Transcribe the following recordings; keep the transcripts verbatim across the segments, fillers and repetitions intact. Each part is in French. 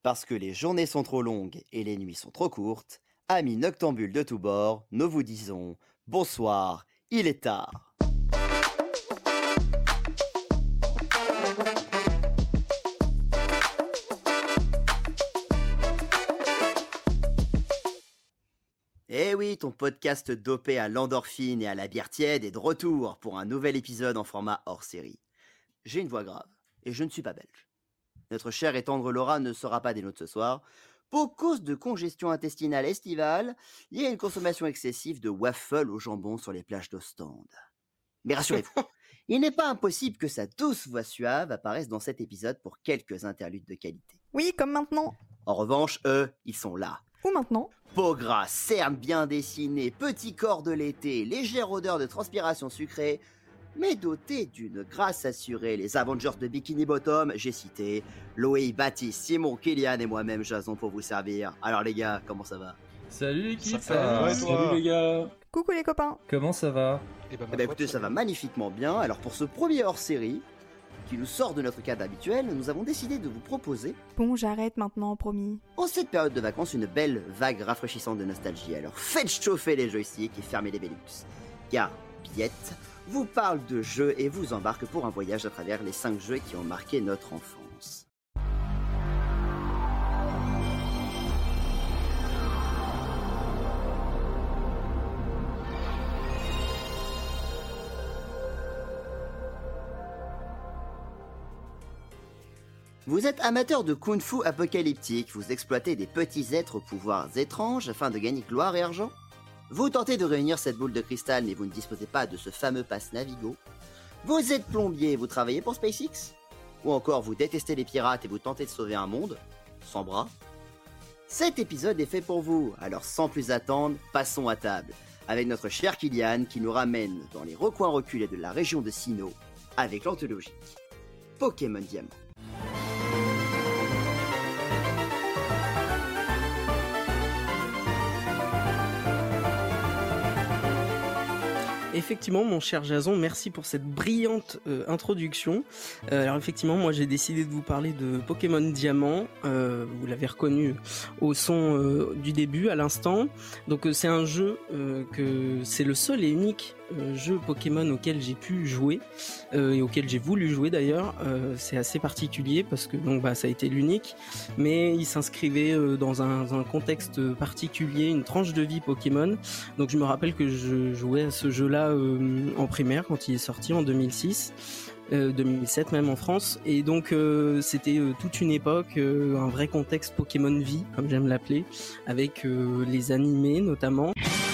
Parce que les journées sont trop longues et les nuits sont trop courtes, amis noctambules de tous bords, nous vous disons bonsoir, il est tard. Eh oui, ton podcast dopé à l'endorphine et à la bière tiède est de retour pour un nouvel épisode en format hors-série. J'ai une voix grave et je ne suis pas belge. Notre chère et tendre Laura ne sera pas des nôtres ce soir pour cause de congestion intestinale estivale liée à une consommation excessive de waffles au jambon sur les plages d'Ostende. Mais rassurez-vous, il n'est pas impossible que sa douce voix suave apparaisse dans cet épisode pour quelques interludes de qualité. Oui, comme maintenant. En revanche, eux, ils sont là. Ou maintenant. Peau grasse, cernes bien dessinées, petit corps de l'été, légère odeur de transpiration sucrée, mais doté d'une grâce assurée. Les Avengers de Bikini Bottom, j'ai cité Loïc, Baptiste, Simon, Kylian et moi-même Jason pour vous servir. Alors les gars, comment ça va? Salut l'équipe. Ça va, ouais, toi. Salut les gars. Coucou les copains. Comment ça va? Eh ben, Eh ben écoutez, ça va magnifiquement bien. Alors pour ce premier hors-série, qui nous sort de notre cadre habituel, nous avons décidé de vous proposer, Bon, j'arrête maintenant, promis. en cette période de vacances, une belle vague rafraîchissante de nostalgie. Alors faites chauffer les joysticks et fermez les Velux. Car Biette vous parle de jeux et vous embarque pour un voyage à travers les cinq jeux qui ont marqué notre enfance. Vous êtes amateur de kung-fu apocalyptique, vous exploitez des petits êtres aux pouvoirs étranges afin de gagner gloire et argent? Vous tentez de réunir cette boule de cristal mais vous ne disposez pas de ce fameux pass Navigo? Vous êtes plombier et vous travaillez pour SpaceX? Ou encore vous détestez les pirates et vous tentez de sauver un monde sans bras? Cet épisode est fait pour vous, alors sans plus attendre, passons à table, avec notre cher Kylian qui nous ramène dans les recoins reculés de la région de Sinnoh avec l'anthologie Pokémon Diamant. Effectivement, mon cher Jason, merci pour cette brillante euh, introduction. Euh, alors effectivement, moi j'ai décidé de vous parler de Pokémon Diamant. Euh, vous l'avez reconnu au son euh, du début, à l'instant. Donc euh, c'est un jeu euh, que c'est le seul et unique euh, jeu Pokémon auquel j'ai pu jouer euh, et auquel j'ai voulu jouer d'ailleurs. Euh, c'est assez particulier parce que donc bah ça a été l'unique, mais il s'inscrivait euh, dans un, un contexte particulier, une tranche de vie Pokémon. Donc je me rappelle que je jouais à ce jeu-là Euh, en primaire quand il est sorti en deux mille six, euh, deux mille sept même en France, et donc euh, c'était euh, toute une époque, euh, un vrai contexte Pokémon vie comme j'aime l'appeler, avec euh, les animés notamment.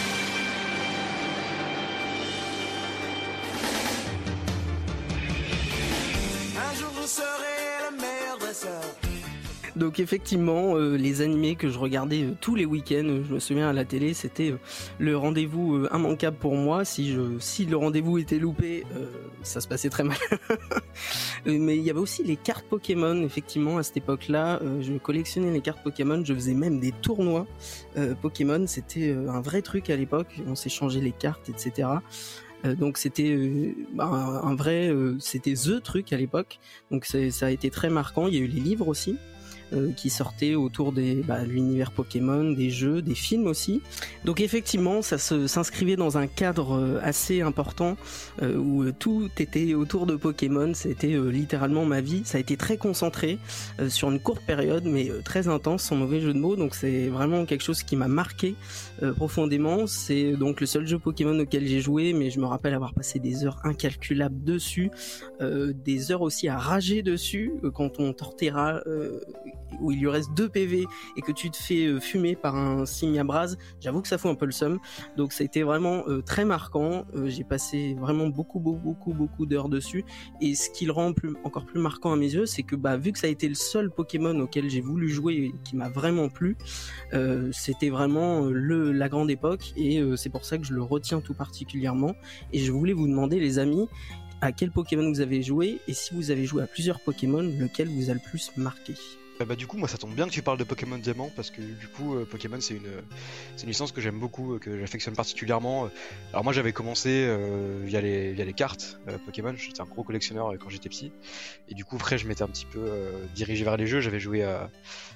Un jour je serai le meilleur dresseur. Donc effectivement, euh, les animés que je regardais euh, tous les week-ends, euh, je me souviens à la télé, c'était euh, le rendez-vous euh, immanquable pour moi. Si je, si le rendez-vous était loupé, euh, ça se passait très mal. Mais il y avait aussi les cartes Pokémon. Effectivement, à cette époque-là, euh, je collectionnais les cartes Pokémon. Je faisais même des tournois euh, Pokémon. C'était euh, un vrai truc à l'époque. On s'échangeait les cartes, et cetera. Euh, donc c'était euh, bah, un, un vrai, euh, c'était the truc à l'époque. Donc c'est, ça a été très marquant. Il y a eu les livres aussi. Euh, qui sortaient autour des bah, l'univers Pokémon, des jeux, des films aussi. Donc effectivement, ça se, s'inscrivait dans un cadre euh, assez important euh, où euh, tout était autour de Pokémon. C'était euh, littéralement ma vie. Ça a été très concentré euh, sur une courte période, mais euh, très intense, sans mauvais jeu de mots. Donc c'est vraiment quelque chose qui m'a marqué euh, profondément. C'est donc le seul jeu Pokémon auquel j'ai joué, mais je me rappelle avoir passé des heures incalculables dessus, euh, des heures aussi à rager dessus euh, quand on tortera. Euh, où il lui reste deux P V et que tu te fais fumer par un Simiabraz, j'avoue que ça fout un peu le seum. Donc ça a été vraiment euh, très marquant. Euh, j'ai passé vraiment beaucoup, beaucoup, beaucoup, beaucoup d'heures dessus. Et ce qui le rend plus, encore plus marquant à mes yeux, c'est que bah, vu que ça a été le seul Pokémon auquel j'ai voulu jouer et qui m'a vraiment plu, euh, c'était vraiment le, la grande époque et euh, c'est pour ça que je le retiens tout particulièrement. Et je voulais vous demander, les amis, à quel Pokémon vous avez joué et si vous avez joué à plusieurs Pokémon, lequel vous a le plus marqué? Euh, bah du coup moi ça tombe bien que tu parles de Pokémon Diamant parce que du coup euh, Pokémon c'est une c'est une licence que j'aime beaucoup, euh, que j'affectionne particulièrement. Alors moi j'avais commencé euh, via les via les cartes euh, Pokémon, j'étais un gros collectionneur euh, quand j'étais petit et du coup après je m'étais un petit peu euh, dirigé vers les jeux, j'avais joué à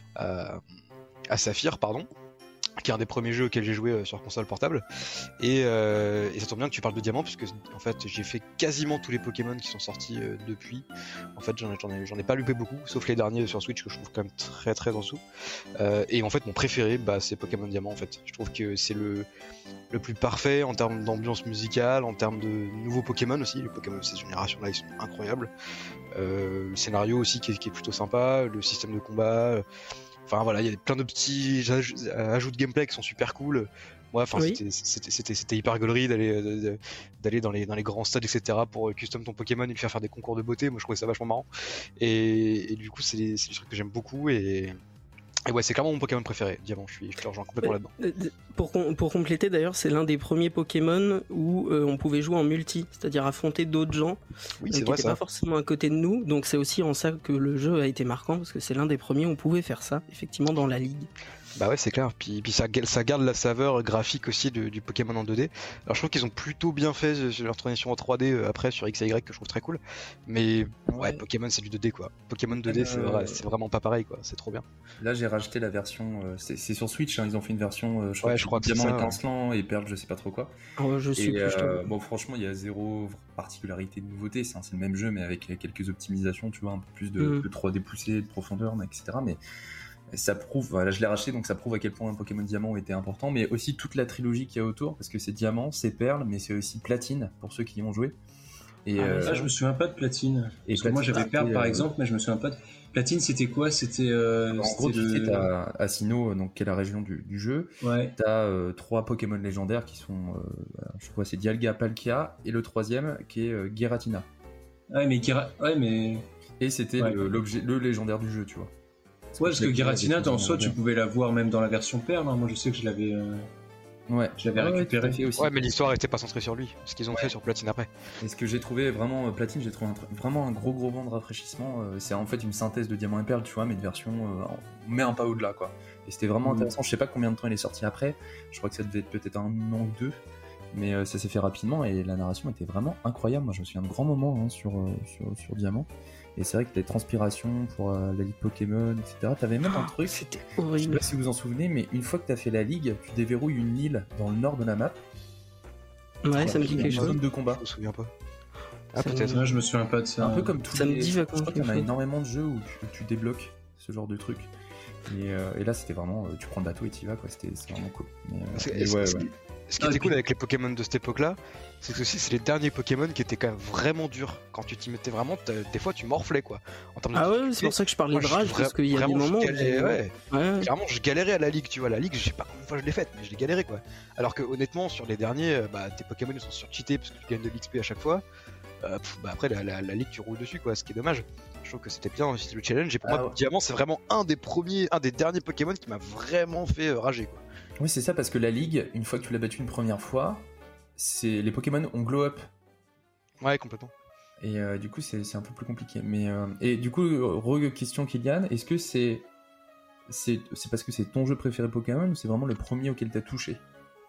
à, à Saphir pardon, qui est un des premiers jeux auxquels j'ai joué euh, sur console portable et, euh, et ça tombe bien que tu parles de Diamant puisque en fait j'ai fait quasiment tous les Pokémon qui sont sortis euh, depuis. En fait j'en ai, j'en ai, j'en ai pas loupé beaucoup sauf les derniers sur Switch que je trouve quand même très très en dessous, euh, et en fait mon préféré bah, c'est Pokémon Diamant en fait. Je trouve que c'est le, le plus parfait en termes d'ambiance musicale, en termes de nouveaux Pokémon aussi. Les Pokémon de cette génération là ils sont incroyables, euh, le scénario aussi qui est, qui est plutôt sympa, le système de combat, euh, enfin voilà, il y a plein de petits aj- ajouts de gameplay qui sont super cool. Ouais, enfin Oui. c'était, c'était, c'était, c'était hyper gaulerie d'aller, de- d'aller dans les, dans les grands stades, et cetera pour custom ton Pokémon et lui faire faire des concours de beauté. Moi je trouvais ça vachement marrant. Et, et du coup, c'est, des- c'est des trucs que j'aime beaucoup. Et, et ouais, c'est clairement mon Pokémon préféré, Diamant. Je, suis, je te rejoins complètement là-dedans. Euh, Pour, com- pour compléter d'ailleurs, c'est l'un des premiers Pokémon où euh, on pouvait jouer en multi, c'est-à-dire affronter d'autres gens Oui, euh, c'est qui vrai n'étaient ça. pas forcément à côté de nous. Donc c'est aussi en ça que le jeu a été marquant, parce que c'est l'un des premiers où on pouvait faire ça, effectivement, dans la ligue. Bah ouais, c'est clair. Puis, puis ça, ça garde la saveur graphique aussi de- du Pokémon en deux D. Alors je trouve qu'ils ont plutôt bien fait euh, sur leur transition en trois D euh, après sur X et Y que je trouve très cool. Mais ouais, Ouais. Pokémon c'est du deux D quoi. Pokémon deux D c'est, Euh, vrai- c'est vraiment pas pareil quoi. C'est trop bien. Là, j'ai racheté la version. euh, c'est, c'est sur Switch, hein, ils ont fait une version. euh, je Ouais, crois je crois que c'est Diamant ça, ouais. étincelant et Perle, je sais pas trop quoi. Alors, je suis Et plus, je euh, t'avoue. bon, franchement, il y a zéro particularité de nouveauté. C'est, c'est le même jeu, mais avec quelques optimisations, tu vois, un peu plus de, Mm. de trois D poussé, de profondeur, et cetera. Mais ça prouve, voilà, je l'ai racheté, donc ça prouve à quel point un Pokémon Diamant était important, mais aussi toute la trilogie qu'il y a autour, parce que c'est Diamant, c'est Perle, mais c'est aussi Platine, pour ceux qui y ont joué. Et, Ah, ouais, euh, ça, Ah, je me souviens pas de Platine. Et Parce que moi Platine, j'avais Perle c'était, par euh, exemple, mais je me souviens pas de. Platine c'était quoi? C'était. Euh, en gros, c'était tu le- sais, t'as à Sinnoh, donc qui est la région du, du jeu, Ouais. t'as euh, trois Pokémon légendaires qui sont, euh, je crois, c'est Dialga, Palkia, et le troisième qui est euh, Giratina. Ouais, mais Gira... ouais, mais. Et c'était Ouais. le, l'objet, le légendaire du jeu, tu vois. Ouais, parce que Giratina, dans en soi, tu pouvais la voir même dans la version Perle. hein. Moi, je sais que je l'avais, euh, Ouais, je l'avais Ouais, ouais, récupéré. tout à fait aussi. Ouais, mais l'histoire était pas centrée sur lui. Ce qu'ils ont fait sur Platine après. Et ce que j'ai trouvé vraiment euh, Platine, j'ai trouvé un tr- vraiment un gros gros vent de rafraîchissement. euh, c'est en fait une synthèse de Diamant et Perle, tu vois, mais de version, euh, en- on met un pas au-delà, quoi. Et c'était vraiment Mhm. intéressant. Je sais pas combien de temps il est sorti après. Je crois que ça devait être peut-être un an ou deux. Mais euh, ça s'est fait rapidement et la narration était vraiment incroyable. Moi, je me souviens de grands moments hein, sur, euh, sur, sur Diamant. Et c'est vrai que les transpirations pour euh, la ligue Pokémon, et cetera. T'avais même un truc. C'était Je sais horrible. pas si vous vous en souvenez, mais une fois que t'as fait la ligue, tu déverrouilles une île dans le nord de la map. Ouais, ça me dit Une quelque chose. zone de combat. Je me souviens pas. Ah, Ça me peut-être. Ouais, je me souviens pas de ça. Un peu comme tous Ça me les... dit Je vaguement crois qu'il y en a quelque chose. énormément de jeux où tu, tu débloques ce genre de truc. Et, euh, et là, c'était vraiment, euh, tu prends le bateau et tu y vas, quoi. C'était, c'était vraiment cool. Mais, euh, Parce que- et ce- ouais, ce, ouais. qui- ce qui Ah, était et cool puis- avec les Pokémon de cette époque-là, c'est que aussi c'est les derniers Pokémon qui étaient quand même vraiment durs. Quand tu t'y mettais vraiment, t'as- des fois tu morflais quoi. En termes de Ah ouais, difficulté. c'est pour ça que je parlais Moi, de je- rage, vra- parce qu'il y a des vraiment, je moments où galérais, j'ai- ouais. Ouais. Clairement, je galérais à la ligue, tu vois. La ligue, je sais pas combien de fois je l'ai faite, mais je l'ai galéré quoi. Alors que honnêtement, sur les derniers, euh, bah, tes Pokémon ils sont surcheatés parce que tu gagnes de l'X P à chaque fois. Euh, pff, bah après, la, la, la ligue, tu roules dessus quoi, ce qui est dommage. Je trouve que c'était bien, c'était le challenge. Et pour Ah moi, ouais. Diamant, c'est vraiment un des premiers, un des derniers Pokémon qui m'a vraiment fait euh, rager quoi. Oui, c'est ça, parce que la ligue, une fois que tu l'as battu une première fois, c'est... les Pokémon ont glow up. Ouais, complètement. Et euh, du coup, c'est, c'est un peu plus compliqué. Mais, euh, et du coup, re question Kylian, est-ce que c'est... c'est... c'est parce que c'est ton jeu préféré Pokémon ou c'est vraiment le premier auquel t'as touché?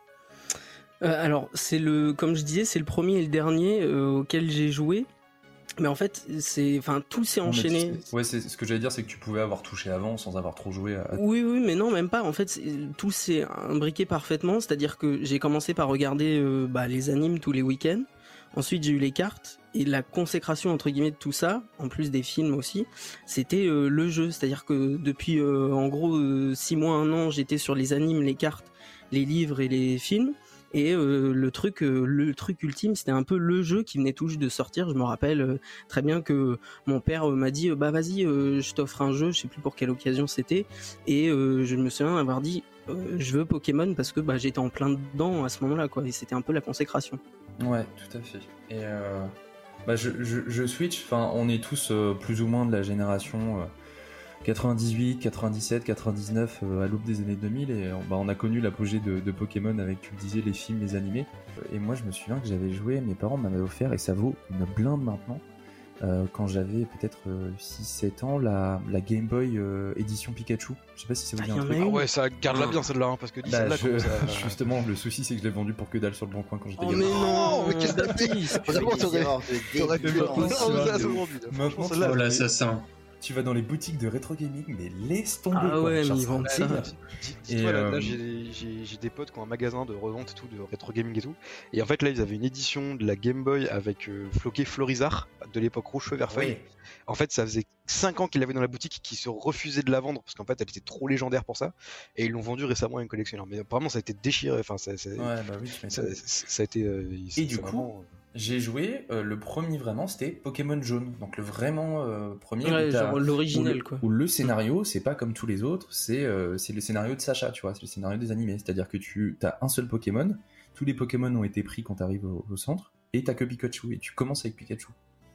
Euh, alors, c'est le, comme je disais, c'est le premier et le dernier euh, auquel j'ai joué. Mais en fait, c'est, enfin, tout s'est Non, mais enchaîné. tu- Ouais, c'est, ce que j'allais dire, c'est que tu pouvais avoir touché avant sans avoir trop joué à... Oui, oui, mais non, même pas. En fait, c'est- tout s'est imbriqué parfaitement. C'est-à-dire que j'ai commencé par regarder euh, bah, les animes tous les week-ends. Ensuite, j'ai eu les cartes et la consécration entre guillemets de tout ça, en plus des films aussi, c'était euh, le jeu. C'est-à-dire que depuis euh, en gros euh, six mois, un an, j'étais sur les animes, les cartes, les livres et les films. Et euh, le truc, euh, le truc ultime, c'était un peu le jeu qui venait tout juste de sortir. Je me rappelle euh, très bien que mon père euh, m'a dit, euh, bah vas-y, euh, je t'offre un jeu. Je sais plus pour quelle occasion c'était. Et euh, je me souviens avoir dit, euh, je veux Pokémon parce que bah j'étais en plein dedans à ce moment-là, quoi. Et c'était un peu la consécration. Ouais, tout à fait. Et euh, bah je, je, je switch, enfin, on est tous euh, plus ou moins de la génération euh, quatre-vingt-dix-huit, quatre-vingt-dix-sept, quatre-vingt-dix-neuf euh, à l'aube des années deux mille et euh, bah, on a connu l'apogée de, de Pokémon avec, tu le disais, les films, les animés. Et moi, je me souviens que j'avais joué, mes parents m'avaient offert et ça vaut une blinde maintenant. euh, quand j'avais peut-être euh, six sept ans, la, la Game Boy euh, édition Pikachu. Je sais pas si ça vous dit Ah, un y en truc. a Ah une. ouais, ça garde-la bien celle-là, hein, parce que dis Bah, celle-là, je- comment ça... Justement, le souci c'est que je l'ai vendu pour que dalle sur le bon coin quand j'étais Oh gamin. mais non, mais qu'est-ce que t'as fait Baptiste. Vraiment, Des t'aurais- erreurs de T'aurais début. pu Maintenant, pas tu ça, vas- ça, aujourd'hui, là. Maintenant, Franchement, tu celle-là, Oh vas- l'assassin. Tu vas dans les boutiques de rétro gaming, mais laisse tomber. Ah quoi. ouais, Genre, mais ils c'est vendent un ça. délire. Dis- Et, Dis-toi, là, euh, là, j'ai j'ai- j'ai des potes qui ont un magasin de revente et tout, de rétro gaming et tout. Et en fait, là, ils avaient une édition de la Game Boy avec euh, floqué Florizard de l'époque rouge feu vert feuille. Ouais. En fait, ça faisait cinq ans qu'ils l'avaient dans la boutique, qu'ils se refusaient de la vendre parce qu'en fait, elle était trop légendaire pour ça. Et ils l'ont vendue récemment à un collectionneur. Mais vraiment, ça a été déchiré. Enfin, ça, ça, Ouais, bah oui, tu ça, m'étonnes. ça- ça a été. euh, c'est- Et du c'est coup, vraiment, euh, j'ai joué, euh, le premier vraiment, c'était Pokémon Jaune. Donc le vraiment euh, premier. Ouais, où t'as- genre où l'original le, quoi. où le scénario, c'est pas comme tous les autres, c'est euh, c'est le scénario de Sacha, tu vois, c'est le scénario des animés. C'est-à-dire que tu as un seul Pokémon, tous les Pokémon ont été pris quand tu arrives au, au centre, et t'as que Pikachu, et tu commences avec Pikachu.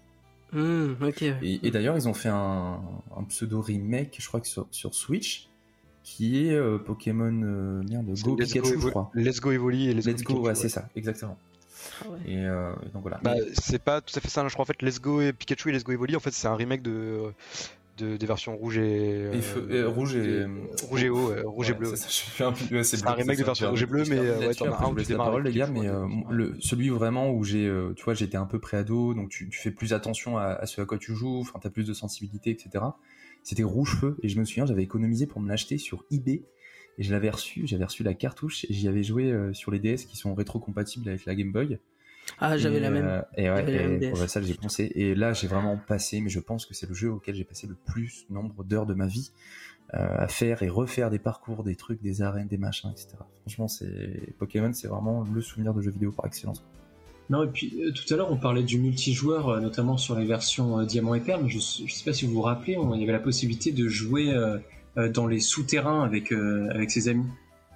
Hum, ok. ouais. Et, et d'ailleurs, ils ont fait un, un pseudo remake, je crois que sur, sur Switch, qui est euh, Pokémon euh, merde, c'est Go Let's Pikachu, Go je Evo- crois. Let's Go Evoli et Let's, Let's Go, Pikachu, ouais, c'est ça, exactement. Ah ouais. Et euh, donc voilà. Bah, Mais- c'est pas tout à fait ça, je crois en fait Let's Go et Pikachu et Let's Go Evoli en fait c'est un remake de, de des versions rouge et, Et feu- euh, rouge et de- rouge et haut, euh, rouge et Ouais, bleu. c'est ça, je fais un peu- ouais, C'est le- un remake de ça, version c'est rouge et bleu, je mais, termine euh, ouais, là-dessus, t'en as après, un je où vous tu laisse la démarres parole, avec les gars, Pikachu, mais ouais, euh, ouais. le, celui vraiment où j'ai, euh, tu vois, j'étais un peu pré-ado, donc tu, tu fais plus attention à, à ce à quoi tu joues, enfin t'as plus de sensibilité, et cetera. C'était Rouge Feu, et je me souviens, j'avais économisé pour me l'acheter sur eBay, et je l'avais reçu, j'avais reçu la cartouche, et j'y avais joué euh, sur les D S qui sont rétro-compatibles avec la Game Boy. Ah, j'avais Et, la même. euh, et ouais, J'avais la et même D S. pour ça j'ai pensé. Et là j'ai vraiment passé, mais je pense que c'est le jeu auquel j'ai passé le plus nombre d'heures de ma vie euh, à faire et refaire des parcours, des trucs, des arènes, des machins, et cetera. Franchement, c'est Pokémon, c'est vraiment le souvenir de jeu vidéo par excellence. Non, et puis euh, tout à l'heure on parlait du multijoueur, euh, notamment sur les versions euh, Diamant et Perle, mais je, je sais pas si vous vous rappelez, on- il y avait la possibilité de jouer euh, euh, dans les souterrains avec, euh, avec ses amis.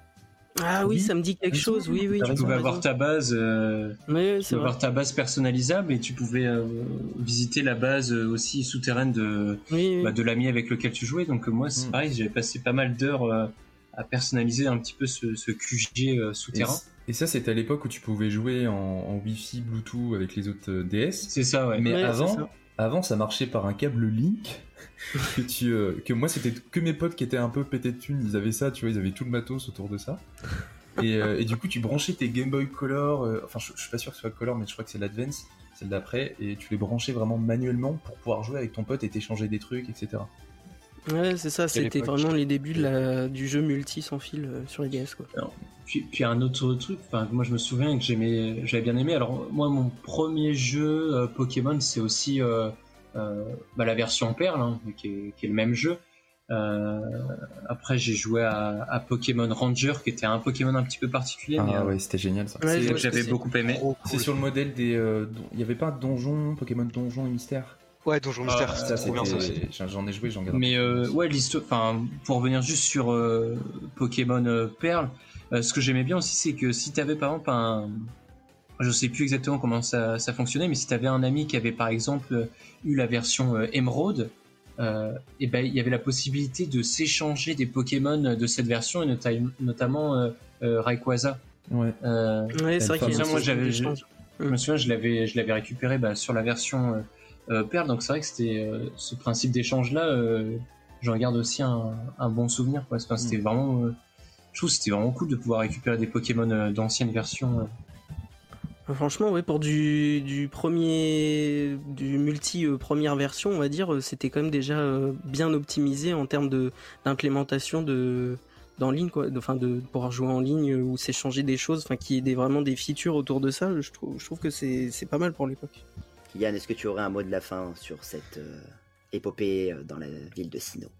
Ah oui, Oui, ça me dit quelque raison, chose. Oui, oui. t'as Tu raison, pouvais as avoir raison. ta base, euh, Oui, oui, tu c'est pouvais vrai. avoir ta base personnalisable et tu pouvais euh, visiter la base euh, aussi souterraine de, Oui, oui. bah, de l'ami avec lequel tu jouais. Donc euh, moi c'est Mm. pareil, j'avais passé pas mal d'heures euh, à personnaliser un petit peu ce, ce Q G euh, Et, souterrain. et ça, c'était à l'époque où tu pouvais jouer en, en Wi-Fi, Bluetooth avec les autres euh, D S. C'est ça, ouais. Mais Ouais, c'est avant, ça. avant, ça marchait par un câble Link. que, tu, euh, que moi, c'était que mes potes qui étaient un peu pétés de thunes. Ils avaient ça, tu vois, ils avaient tout le matos autour de ça. Et, euh, et du coup, tu branchais tes Game Boy Color. euh, enfin, je, je suis pas sûr que ce soit Color, mais je crois que c'est l'Advance, celle d'après. Et tu les branchais vraiment manuellement pour pouvoir jouer avec ton pote et t'échanger des trucs, et cetera. Ouais, c'est ça. Quelle C'était époque. vraiment les débuts de la... du jeu multi sans fil euh, sur les D S, quoi. Puis, puis un autre truc, enfin, que moi je me souviens et que j'aimais, j'avais bien aimé. Alors moi mon premier jeu euh, Pokémon c'est aussi euh, euh, bah, la version Perle, hein, qui, est, qui est le même jeu. Euh, après j'ai joué à, à Pokémon Ranger qui était un Pokémon un petit peu particulier, mais Ah euh, ouais, c'était génial ça. Ouais, C'est- je vois que j'avais c'est- beaucoup aimé. Trop C'est cool. sur le modèle des. euh, don- Il y avait pas Donjon, Pokémon Donjon et Mystère. Ouais, Donjon Mystère, Ah, c'était Ça, trop bien ça aussi. c'était. J'en j'en ai joué, j'en garde. un Mais peu. euh, ouais, l'histoire. Enfin, pour revenir juste sur euh, Pokémon euh, Perle, euh, ce que j'aimais bien aussi, c'est que si t'avais par exemple un, je sais plus exactement comment ça, ça fonctionnait, mais si t'avais un ami qui avait par exemple euh, eu la version euh, Emerald, euh, et ben il y avait la possibilité de s'échanger des Pokémon de cette version et nota- notamment euh, euh, Rayquaza. Ouais. Euh, Ouais, c'est vrai qu'il y a Tiens, un moi, système j'avais- d'échange. je me souviens, je l'avais, je l'avais récupéré bah, sur la version euh, euh, Perle, donc c'est vrai que c'était euh, ce principe d'échange-là, euh, j'en garde aussi un, un bon souvenir. Quoi. Enfin, c'était vraiment, euh, je trouve que c'était vraiment cool de pouvoir récupérer des Pokémon euh, d'anciennes versions. euh. Franchement, ouais, pour du, du premier, du multi euh, première version, on va dire, euh, c'était quand même déjà euh, bien optimisé en termes de d'implémentation de d'en ligne, quoi, de, enfin de pouvoir jouer en ligne euh, ou s'échanger des choses, enfin qu'il y ait des, vraiment des features autour de ça. Je trouve, je trouve que c'est c'est pas mal pour l'époque. Yann, est-ce que tu aurais un mot de la fin sur cette euh, épopée euh, dans la ville de Sinnoh?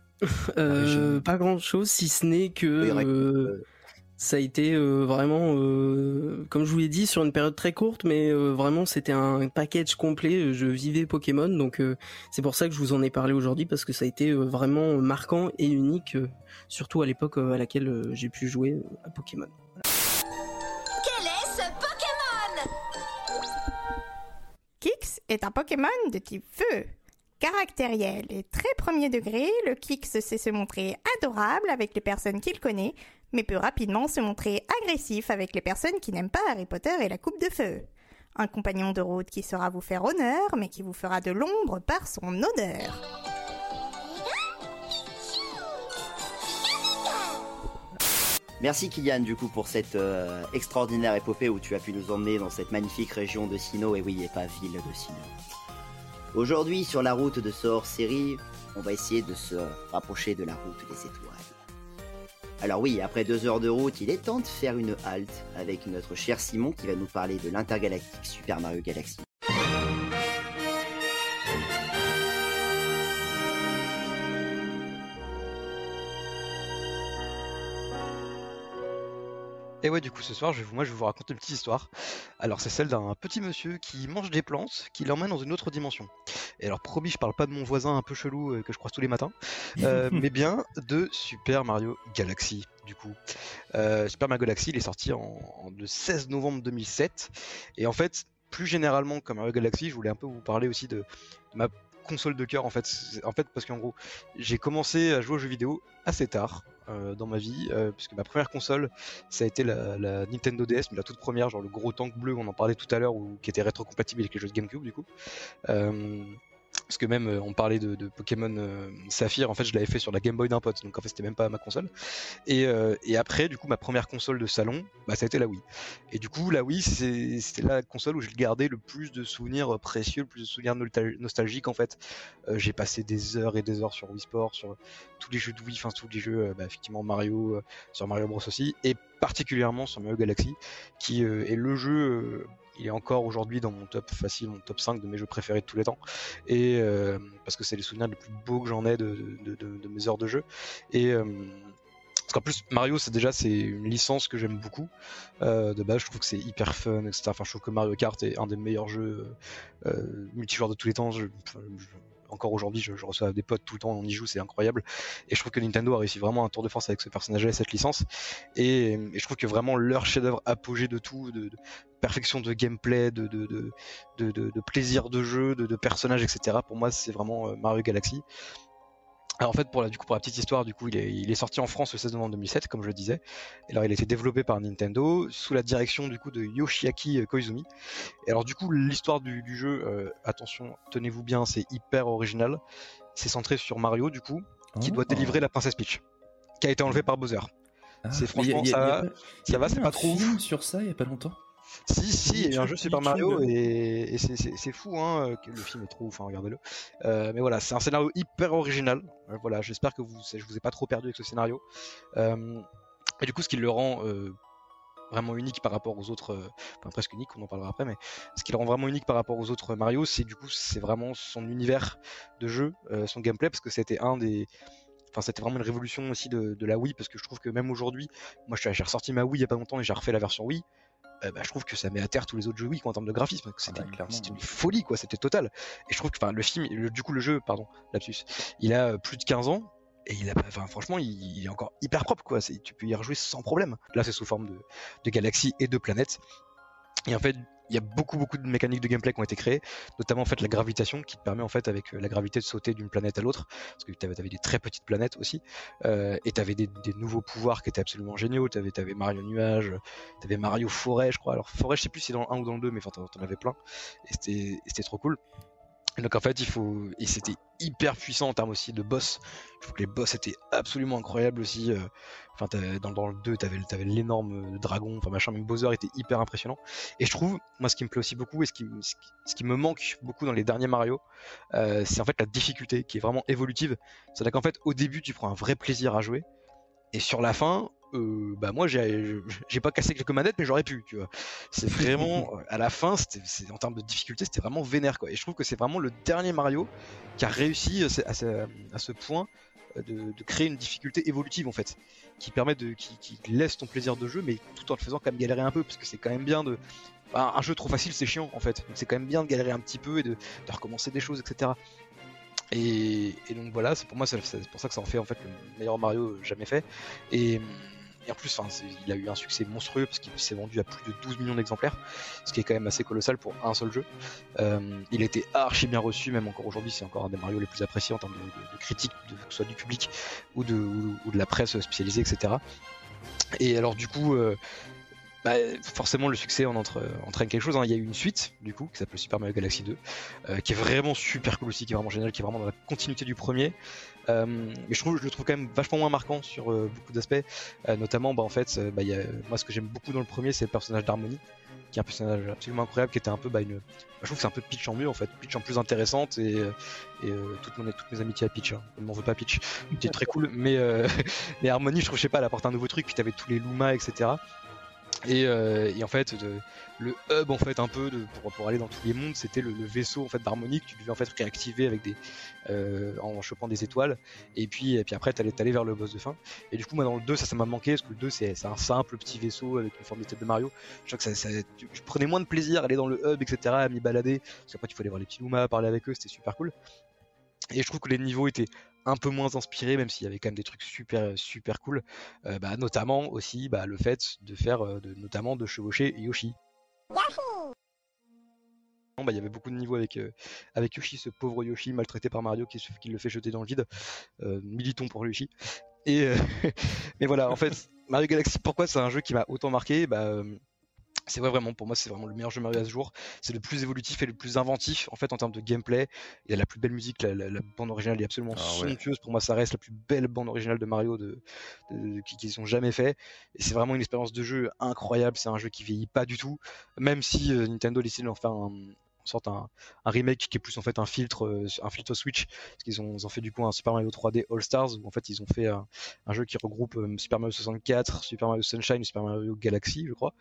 Euh, pas grand chose, si ce n'est que Oui, ouais. euh, ça a été euh, vraiment, euh, comme je vous l'ai dit, sur une période très courte, mais euh, vraiment c'était un package complet. Je vivais Pokémon, donc euh, c'est pour ça que je vous en ai parlé aujourd'hui, parce que ça a été euh, vraiment marquant et unique, euh, surtout à l'époque euh, à laquelle euh, j'ai pu jouer euh, à Pokémon. Quel est ce Pokémon? Kix est un Pokémon de type feu. Caractériel et très premier degré, le Kix sait se montrer adorable avec les personnes qu'il connaît, mais peut rapidement se montrer agressif avec les personnes qui n'aiment pas Harry Potter et la coupe de feu. Un compagnon de route qui saura vous faire honneur, mais qui vous fera de l'ombre par son odeur. Merci Kylian du coup pour cette euh, extraordinaire épopée où tu as pu nous emmener dans cette magnifique région de Sinnoh, et oui, et pas ville de Sinnoh. Aujourd'hui, sur la route de ce hors-série, on va essayer de se rapprocher de la route des étoiles. Alors oui, après deux heures de route, il est temps de faire une halte avec notre cher Simon qui va nous parler de l'intergalactique Super Mario Galaxy. Et ouais, du coup, ce soir, je vais, moi, je vais vous raconter une petite histoire. Alors, c'est celle d'un petit monsieur qui mange des plantes, qui l'emmène dans une autre dimension. Et alors, promis, je parle pas de mon voisin un peu chelou euh, que je croise tous les matins, euh, mais bien de Super Mario Galaxy, du coup. Euh, Super Mario Galaxy, il est sorti en, en, le seize novembre deux mille sept. Et en fait, plus généralement, comme Mario Galaxy, je voulais un peu vous parler aussi de, de ma console de cœur, en fait. En fait, parce qu'en gros, j'ai commencé à jouer aux jeux vidéo assez tard. Euh, dans ma vie, euh, puisque ma première console ça a été la, la Nintendo D S, mais la toute première, genre le gros tank bleu, on en parlait tout à l'heure, ou qui était rétro-compatible avec les jeux de GameCube du coup. Euh, parce que même euh, on parlait de, de Pokémon euh, Saphir, en fait je l'avais fait sur la Game Boy d'un pote, donc en fait c'était même pas ma console. Et, euh, et après, du coup, ma première console de salon, bah ça a été la Wii. Et du coup, la Wii, c'est, c'était la console où j'ai gardé le plus de souvenirs précieux, le plus de souvenirs nostal- nostalgiques en fait. Euh, j'ai passé des heures et des heures sur Wii Sport, sur tous les jeux de Wii, enfin tous les jeux, euh, bah, effectivement Mario, euh, sur Mario Bros aussi, et particulièrement sur Mario Galaxy, qui euh, est le jeu. Euh, il est encore aujourd'hui dans mon top facile, mon top cinq de mes jeux préférés de tous les temps, et euh, parce que c'est les souvenirs les plus beaux que j'en ai de, de, de, de mes heures de jeu. Et euh, parce qu'en plus Mario, c'est déjà c'est une licence que j'aime beaucoup. Euh, de base, je trouve que c'est hyper fun, et cetera. Enfin, je trouve que Mario Kart est un des meilleurs jeux euh, multijoueurs de tous les temps. Je, je, encore aujourd'hui, je, je reçois des potes tout le temps, on y joue, c'est incroyable. Et je trouve que Nintendo a réussi vraiment un tour de force avec ce personnage-là et cette licence. Et, et je trouve que vraiment leur chef-d'œuvre apogée de tout, de, de perfection de gameplay, de, de, de, de, de, de plaisir de jeu, de, de personnages, et cetera. Pour moi, c'est vraiment Mario Galaxy. Alors en fait, pour la, du coup, pour la petite histoire, du coup, il est, il est sorti en France le seize novembre deux mille sept, comme je le disais. Et alors, il a été développé par Nintendo sous la direction du coup de Yoshiaki Koizumi. Et alors du coup, l'histoire du, du jeu, euh, attention, tenez-vous bien, c'est hyper original. C'est centré sur Mario, du coup, qui oh. doit délivrer la princesse Peach, qui a été enlevée par Bowser. Ah, c'est franchement y a, y a, ça, y a, y a, ça va, c'est pas trop ouf. Sur ça, il y a pas longtemps. Si, si, il y a un jeu Super Mario et, et c'est, c'est, c'est fou, hein, le film est trop ouf, hein, regardez-le. Euh, mais voilà, c'est un scénario hyper original. Euh, voilà, j'espère que vous, je vous ai pas trop perdu avec ce scénario. Euh, et du coup, ce qui le rend euh, vraiment unique par rapport aux autres, euh, enfin presque unique, on en parlera après, mais ce qui le rend vraiment unique par rapport aux autres Mario, c'est du coup, c'est vraiment son univers de jeu, euh, son gameplay, parce que c'était un des... Enfin, c'était vraiment une révolution aussi de, de la Wii, parce que je trouve que même aujourd'hui, moi j'ai ressorti ma Wii il y a pas longtemps et j'ai refait la version Wii. Euh, bah, je trouve que ça met à terre tous les autres jeux Wii quoi, en termes de graphisme. C'était, ah bah, c'était une folie, quoi, c'était total. Et je trouve que le film, le, du coup le jeu, pardon, lapsus, il a plus de quinze ans et il a, enfin, franchement, il, il est encore hyper propre, quoi. C'est, tu peux y rejouer sans problème. Là, c'est sous forme de, de galaxies et de planètes. Et en fait, il y a beaucoup beaucoup de mécaniques de gameplay qui ont été créées, notamment en fait la gravitation qui te permet en fait avec la gravité de sauter d'une planète à l'autre, parce que tu avais des très petites planètes aussi, euh, et tu avais des, des nouveaux pouvoirs qui étaient absolument géniaux. Tu avais t'avais Mario Nuage, tu avais Mario Forêt, je crois. Alors Forêt, je sais plus si c'est dans le un ou dans le deux, mais enfin t'en, t'en avais plein, et c'était, et c'était trop cool. Et donc en fait il faut, et c'était hyper puissant en termes aussi de boss. Je trouve que les boss étaient absolument incroyables aussi. Enfin dans, dans le deux t'avais, t'avais l'énorme dragon, enfin machin, même Bowser était hyper impressionnant. Et je trouve, moi ce qui me plaît aussi beaucoup et ce qui, ce qui, ce qui me manque beaucoup dans les derniers Mario, euh, c'est en fait la difficulté qui est vraiment évolutive. C'est-à-dire qu'en fait au début tu prends un vrai plaisir à jouer, et sur la fin, euh, bah moi j'ai, j'ai pas cassé quelques manettes, mais j'aurais pu, tu vois. C'est vraiment, à la fin, c'était, c'est, en termes de difficulté, c'était vraiment vénère, quoi. Et je trouve que c'est vraiment le dernier Mario qui a réussi à ce, à ce point de, de créer une difficulté évolutive, en fait, qui permet de, qui, qui laisse ton plaisir de jeu, mais tout en te faisant quand même galérer un peu, parce que c'est quand même bien de, bah, un jeu trop facile, c'est chiant, en fait. Donc c'est quand même bien de galérer un petit peu et de, de recommencer des choses, et cetera. Et, et donc voilà, c'est pour moi c'est, c'est pour ça que ça en fait en fait le meilleur Mario jamais fait. Et, et en plus, enfin, il a eu un succès monstrueux parce qu'il s'est vendu à plus de douze millions d'exemplaires, ce qui est quand même assez colossal pour un seul jeu. Euh, il a été archi bien reçu, même encore aujourd'hui, c'est encore un des Mario les plus appréciés en termes de, de, de critiques, de, que ce soit du public ou de, ou, ou de la presse spécialisée, et cetera. Et alors du coup. Euh, Bah, forcément le succès en entre, entraîne quelque chose, hein. Il y a eu une suite du coup qui s'appelle Super Mario Galaxy deux, euh, qui est vraiment super cool aussi, qui est vraiment génial, qui est vraiment dans la continuité du premier. Euh, mais je trouve, je le trouve quand même vachement moins marquant sur euh, beaucoup d'aspects, euh, notamment bah, en fait, euh, bah, y a, moi ce que j'aime beaucoup dans le premier, c'est le personnage d'Harmony, qui est un personnage absolument incroyable, qui était un peu bah, une, bah, je trouve que c'est un peu Peach en mieux en fait, Peach en plus intéressante, et, et euh, toutes, mon, toutes mes amitiés à Peach, hein. Je ne m'en veux pas Peach, qui est très cool, mais, euh, mais Harmony, je trouve, je sais pas, elle apporte un nouveau truc, puis t'avais tous les Luma, et cetera. Et, euh, et en fait, de, le hub en fait un peu de, pour, pour aller dans tous les mondes, c'était le, le vaisseau en fait d'Harmony que tu devais en fait réactiver avec des euh, en chopant des étoiles. Et puis et puis après t'allais t'allais vers le boss de fin. Et du coup moi dans le deux ça ça m'a manqué parce que le deux c'est c'est un simple petit vaisseau avec une forme de tête de Mario. Je crois que ça, ça je prenais moins de plaisir à aller dans le hub et cetera, à m'y balader parce qu'après tu faut aller voir les petits Luma, parler avec eux, c'était super cool. Et je trouve que les niveaux étaient un peu moins inspirés, même s'il y avait quand même des trucs super super cool, euh, bah, notamment aussi bah, le fait de faire euh, de, notamment de chevaucher Yoshi. Bah, il y avait beaucoup de niveaux avec, euh, avec Yoshi, ce pauvre Yoshi maltraité par Mario qui, qui le fait jeter dans le vide. Euh, militons pour Yoshi. Et euh, mais voilà, en fait, Mario Galaxy, pourquoi c'est un jeu qui m'a autant marqué, bah, euh, c'est vrai, vraiment, pour moi, c'est vraiment le meilleur jeu Mario à ce jour. C'est le plus évolutif et le plus inventif, en fait, en termes de gameplay. Il y a la plus belle musique, la, la, la bande originale est absolument ah, somptueuse. Ouais. Pour moi, ça reste la plus belle bande originale de Mario de, de, de, qu'ils ont jamais fait. Et c'est vraiment une expérience de jeu incroyable. C'est un jeu qui vieillit pas du tout. Même si euh, Nintendo décide d'en faire un, sorte un, un remake qui est plus en fait un filtre, euh, un filtre Switch, parce qu'ils ont, ils ont fait du coup un Super Mario trois D All Stars où en fait ils ont fait un, un jeu qui regroupe euh, Super Mario soixante-quatre, Super Mario Sunshine, Super Mario Galaxy, je crois.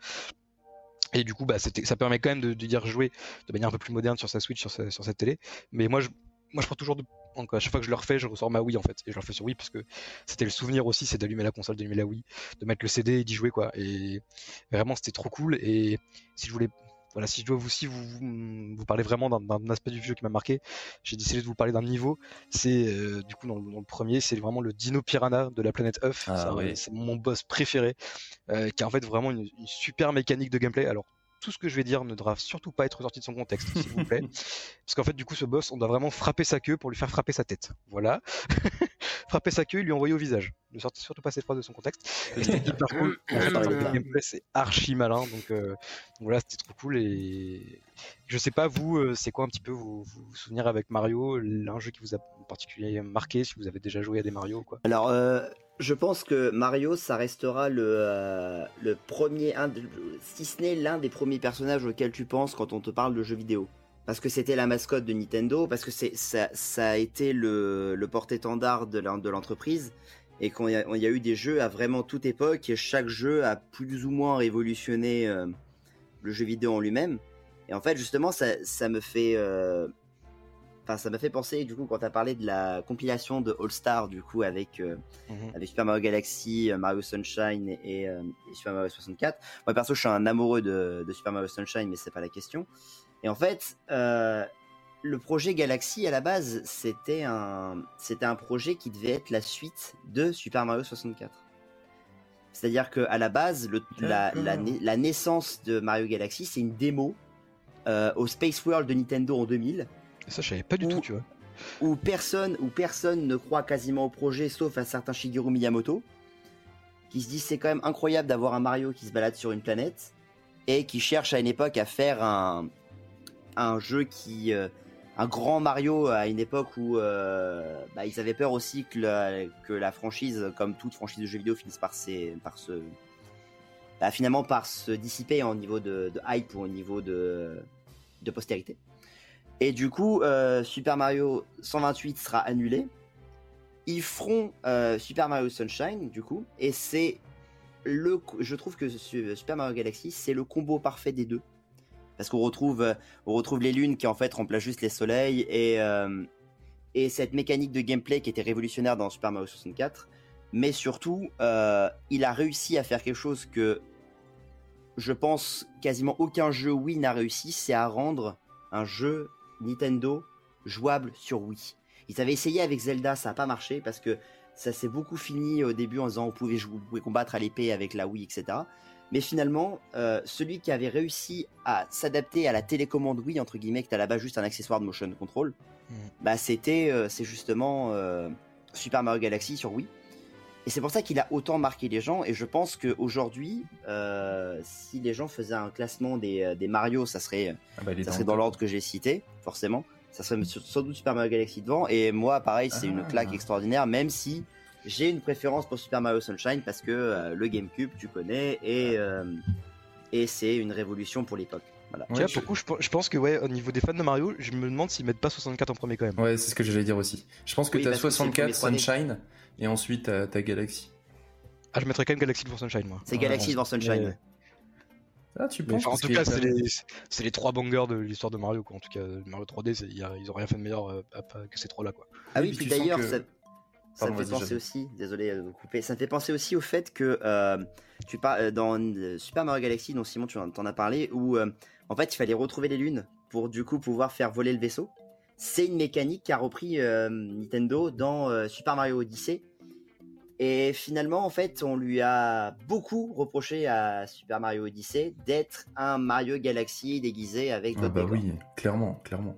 Et du coup, bah, c'était, ça permet quand même de, de dire jouer de manière un peu plus moderne sur sa Switch, sur, sa, sur cette télé. Mais moi, je, moi, je prends toujours de, donc, à chaque fois que je le refais, je ressors ma Wii en fait, et je le refais sur Wii parce que c'était le souvenir aussi, c'est d'allumer la console, d'allumer la Wii, de mettre le C D et d'y jouer quoi. Et vraiment, c'était trop cool. Et si je voulais Voilà, si je dois vous, si vous, vous, vous parlez vraiment d'un, d'un aspect du jeu qui m'a marqué, j'ai décidé de vous parler d'un niveau. C'est euh, du coup dans le, dans le premier, c'est vraiment le Dino Piranha de la planète Earth. Ah, c'est, oui. C'est mon boss préféré, euh, qui a en fait vraiment une, une super mécanique de gameplay. Alors tout ce que je vais dire ne devra surtout pas être sorti de son contexte, s'il vous plaît, parce qu'en fait du coup ce boss, on doit vraiment frapper sa queue pour lui faire frapper sa tête. Voilà, frapper sa queue et lui envoyer au visage. Ne sortez surtout pas cette phrase de son contexte. C'était hyper cool. En fait, le gameplay c'est archi malin, donc euh, voilà, c'était trop cool. Et je sais pas vous, euh, c'est quoi un petit peu vos, vos souvenirs avec Mario, un jeu qui vous a en particulier marqué, si vous avez déjà joué à des Mario ou quoi. Alors euh, je pense que Mario, ça restera le euh, le premier, un, si ce n'est l'un des premiers personnages auxquels tu penses quand on te parle de jeux vidéo. Parce que c'était la mascotte de Nintendo, parce que c'est ça, ça a été le, le porte-étendard de, de l'entreprise. Et qu'on y a, on y a eu des jeux à vraiment toute époque, et chaque jeu a plus ou moins révolutionné euh, le jeu vidéo en lui-même. Et en fait, justement, ça, ça me fait, euh, enfin, ça m'a fait penser, du coup, quand t'as parlé de la compilation de All Star, du coup, avec euh, mm-hmm. avec Super Mario Galaxy, Mario Sunshine et, euh, et Super Mario soixante-quatre. Moi, perso, je suis un amoureux de, de Super Mario Sunshine, mais c'est pas la question. Et en fait, euh, le projet Galaxy à la base, c'était un, c'était un projet qui devait être la suite de Super Mario soixante-quatre. C'est-à-dire que à la base, le, la, la, la naissance de Mario Galaxy, c'est une démo euh, au Space World de Nintendo en deux mille. Ça, je savais pas du où, tout, tu vois. Où personne, où personne ne croit quasiment au projet, sauf un certain Shigeru Miyamoto, qui se dit c'est quand même incroyable d'avoir un Mario qui se balade sur une planète et qui cherche à une époque à faire un, un jeu qui euh, un grand Mario à une époque où euh, bah, ils avaient peur aussi que la, que la franchise, comme toute franchise de jeux vidéo, finisse par, ses, par se bah, finalement par se dissiper au niveau de, de hype ou au niveau de, de postérité. Et du coup, euh, Super Mario cent vingt-huit sera annulé. Ils feront euh, Super Mario Sunshine, du coup, et c'est le, je trouve que Super Mario Galaxy, c'est le combo parfait des deux. Parce qu'on retrouve, on retrouve les lunes qui en fait remplacent juste les soleils et, euh, et cette mécanique de gameplay qui était révolutionnaire dans Super Mario soixante-quatre. Mais surtout, euh, il a réussi à faire quelque chose que je pense quasiment aucun jeu Wii n'a réussi, c'est à rendre un jeu Nintendo jouable sur Wii. Ils avaient essayé avec Zelda, ça n'a pas marché parce que ça s'est beaucoup fini au début en disant on pouvait, jouer, on pouvait combattre à l'épée avec la Wii, et cetera. Mais finalement, euh, celui qui avait réussi à s'adapter à la télécommande Wii, entre guillemets, qui était à la base juste un accessoire de motion control, mmh. bah c'était, euh, c'est justement euh, Super Mario Galaxy sur Wii. Et c'est pour ça qu'il a autant marqué les gens. Et je pense qu'aujourd'hui, euh, si les gens faisaient un classement des, des Mario, ça serait, Ah bah, il est ça dans serait le dans top. l'ordre que j'ai cité, forcément. Ça serait sans doute Super Mario Galaxy devant. Et moi, pareil, c'est Ah. une claque extraordinaire, même si j'ai une préférence pour Super Mario Sunshine parce que euh, le GameCube, tu connais, et, euh, et c'est une révolution pour l'époque. Voilà. Tu vois, pour le coup, je, pe- je pense que ouais, au niveau des fans de Mario, je me demande s'ils mettent pas soixante-quatre en premier quand même. Ouais, c'est ce que j'allais dire aussi. Je pense que Oui, t'as parce que c'est le soixante-quatre, premier trois D. Sunshine, et ensuite t'as, t'as Galaxy. Ah, je mettrais quand même Galaxy devant Sunshine, moi. C'est Ouais, Galaxy bon, devant Sunshine. mais- ouais. Ah, tu Mais penses enfin, en parce tout qu'il y cas, a c'est quand même- les, c'est les trois bangers de l'histoire de Mario, quoi. En tout cas, Mario trois D, c'est- y a- ils ont rien fait de meilleur euh, à- à- que ces trois-là, quoi. Ah oui, puis puis tu sens d'ailleurs, que- ça, ça Pardon, me fait vas-y, penser Jason. aussi, désolé de vous couper, ça me fait penser aussi au fait que euh, tu par... euh, dans euh, Super Mario Galaxy, dont Simon tu en t'en as parlé, où euh, en fait il fallait retrouver les lunes pour du coup pouvoir faire voler le vaisseau. C'est une mécanique qu'a repris euh, Nintendo dans euh, Super Mario Odyssey. Et finalement, en fait, on lui a beaucoup reproché à Super Mario Odyssey d'être un Mario Galaxy déguisé avec Ah d'autres bah décors. oui, clairement, clairement.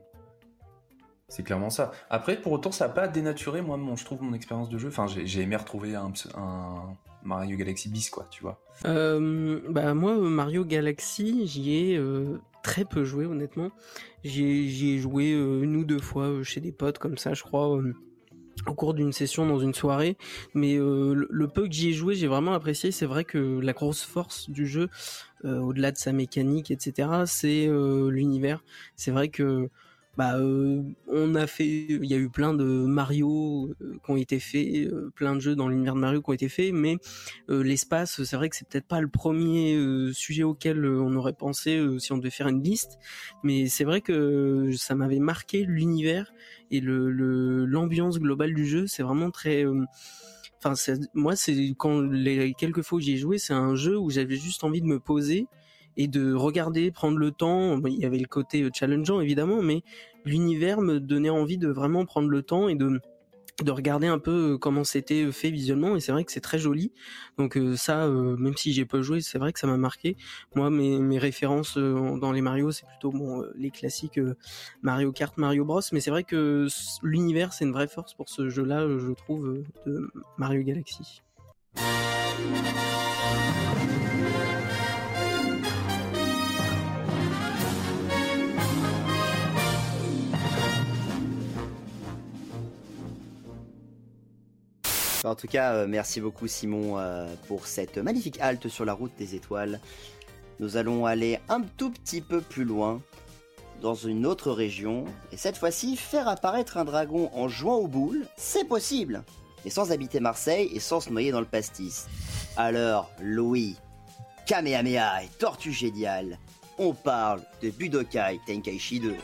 C'est clairement ça. Après, pour autant, ça n'a pas dénaturé, moi, mon, je trouve, mon expérience de jeu. Enfin, j'ai, j'ai aimé retrouver un, ps- un Mario Galaxy bis, quoi, tu vois. Euh, bah moi euh, Mario Galaxy j'y ai euh, très peu joué honnêtement. J'y ai, j'y ai joué euh, une ou deux fois euh, chez des potes comme ça je crois euh, au cours d'une session dans une soirée, mais euh, le, le peu que j'y ai joué j'ai vraiment apprécié. C'est vrai que la grosse force du jeu euh, au-delà de sa mécanique etc c'est euh, l'univers. C'est vrai que bah euh, on a fait il y a eu plein de Mario euh, qui ont été faits, euh, plein de jeux dans l'univers de Mario qui ont été faits, mais euh, l'espace c'est vrai que c'est peut-être pas le premier euh, sujet auquel euh, on aurait pensé euh, si on devait faire une liste, mais c'est vrai que ça m'avait marqué l'univers et le, le l'ambiance globale du jeu. C'est vraiment très euh, enfin c'est, moi c'est quand les quelques fois où j'y ai joué, c'est un jeu où j'avais juste envie de me poser et de regarder, prendre le temps. Il y avait le côté euh, challengeant évidemment, mais l'univers me donnait envie de vraiment prendre le temps et de de regarder un peu euh, comment c'était fait visuellement. Et c'est vrai que c'est très joli. Donc euh, ça, euh, même si j'ai pas joué, c'est vrai que ça m'a marqué. Moi, mes, mes références euh, dans les Mario, c'est plutôt bon euh, les classiques euh, Mario Kart, Mario Bros. Mais c'est vrai que c- l'univers, c'est une vraie force pour ce jeu-là, euh, je trouve, euh, de Mario Galaxy. En tout cas, euh, merci beaucoup Simon euh, pour cette magnifique halte sur la route des étoiles. Nous allons aller un tout petit peu plus loin, dans une autre région, et cette fois-ci, faire apparaître un dragon en jouant aux boules, c'est possible, mais sans habiter Marseille et sans se noyer dans le pastis. Alors, Louis, Kamehameha et Tortue Géniale, on parle de Budokai Tenkaichi deux.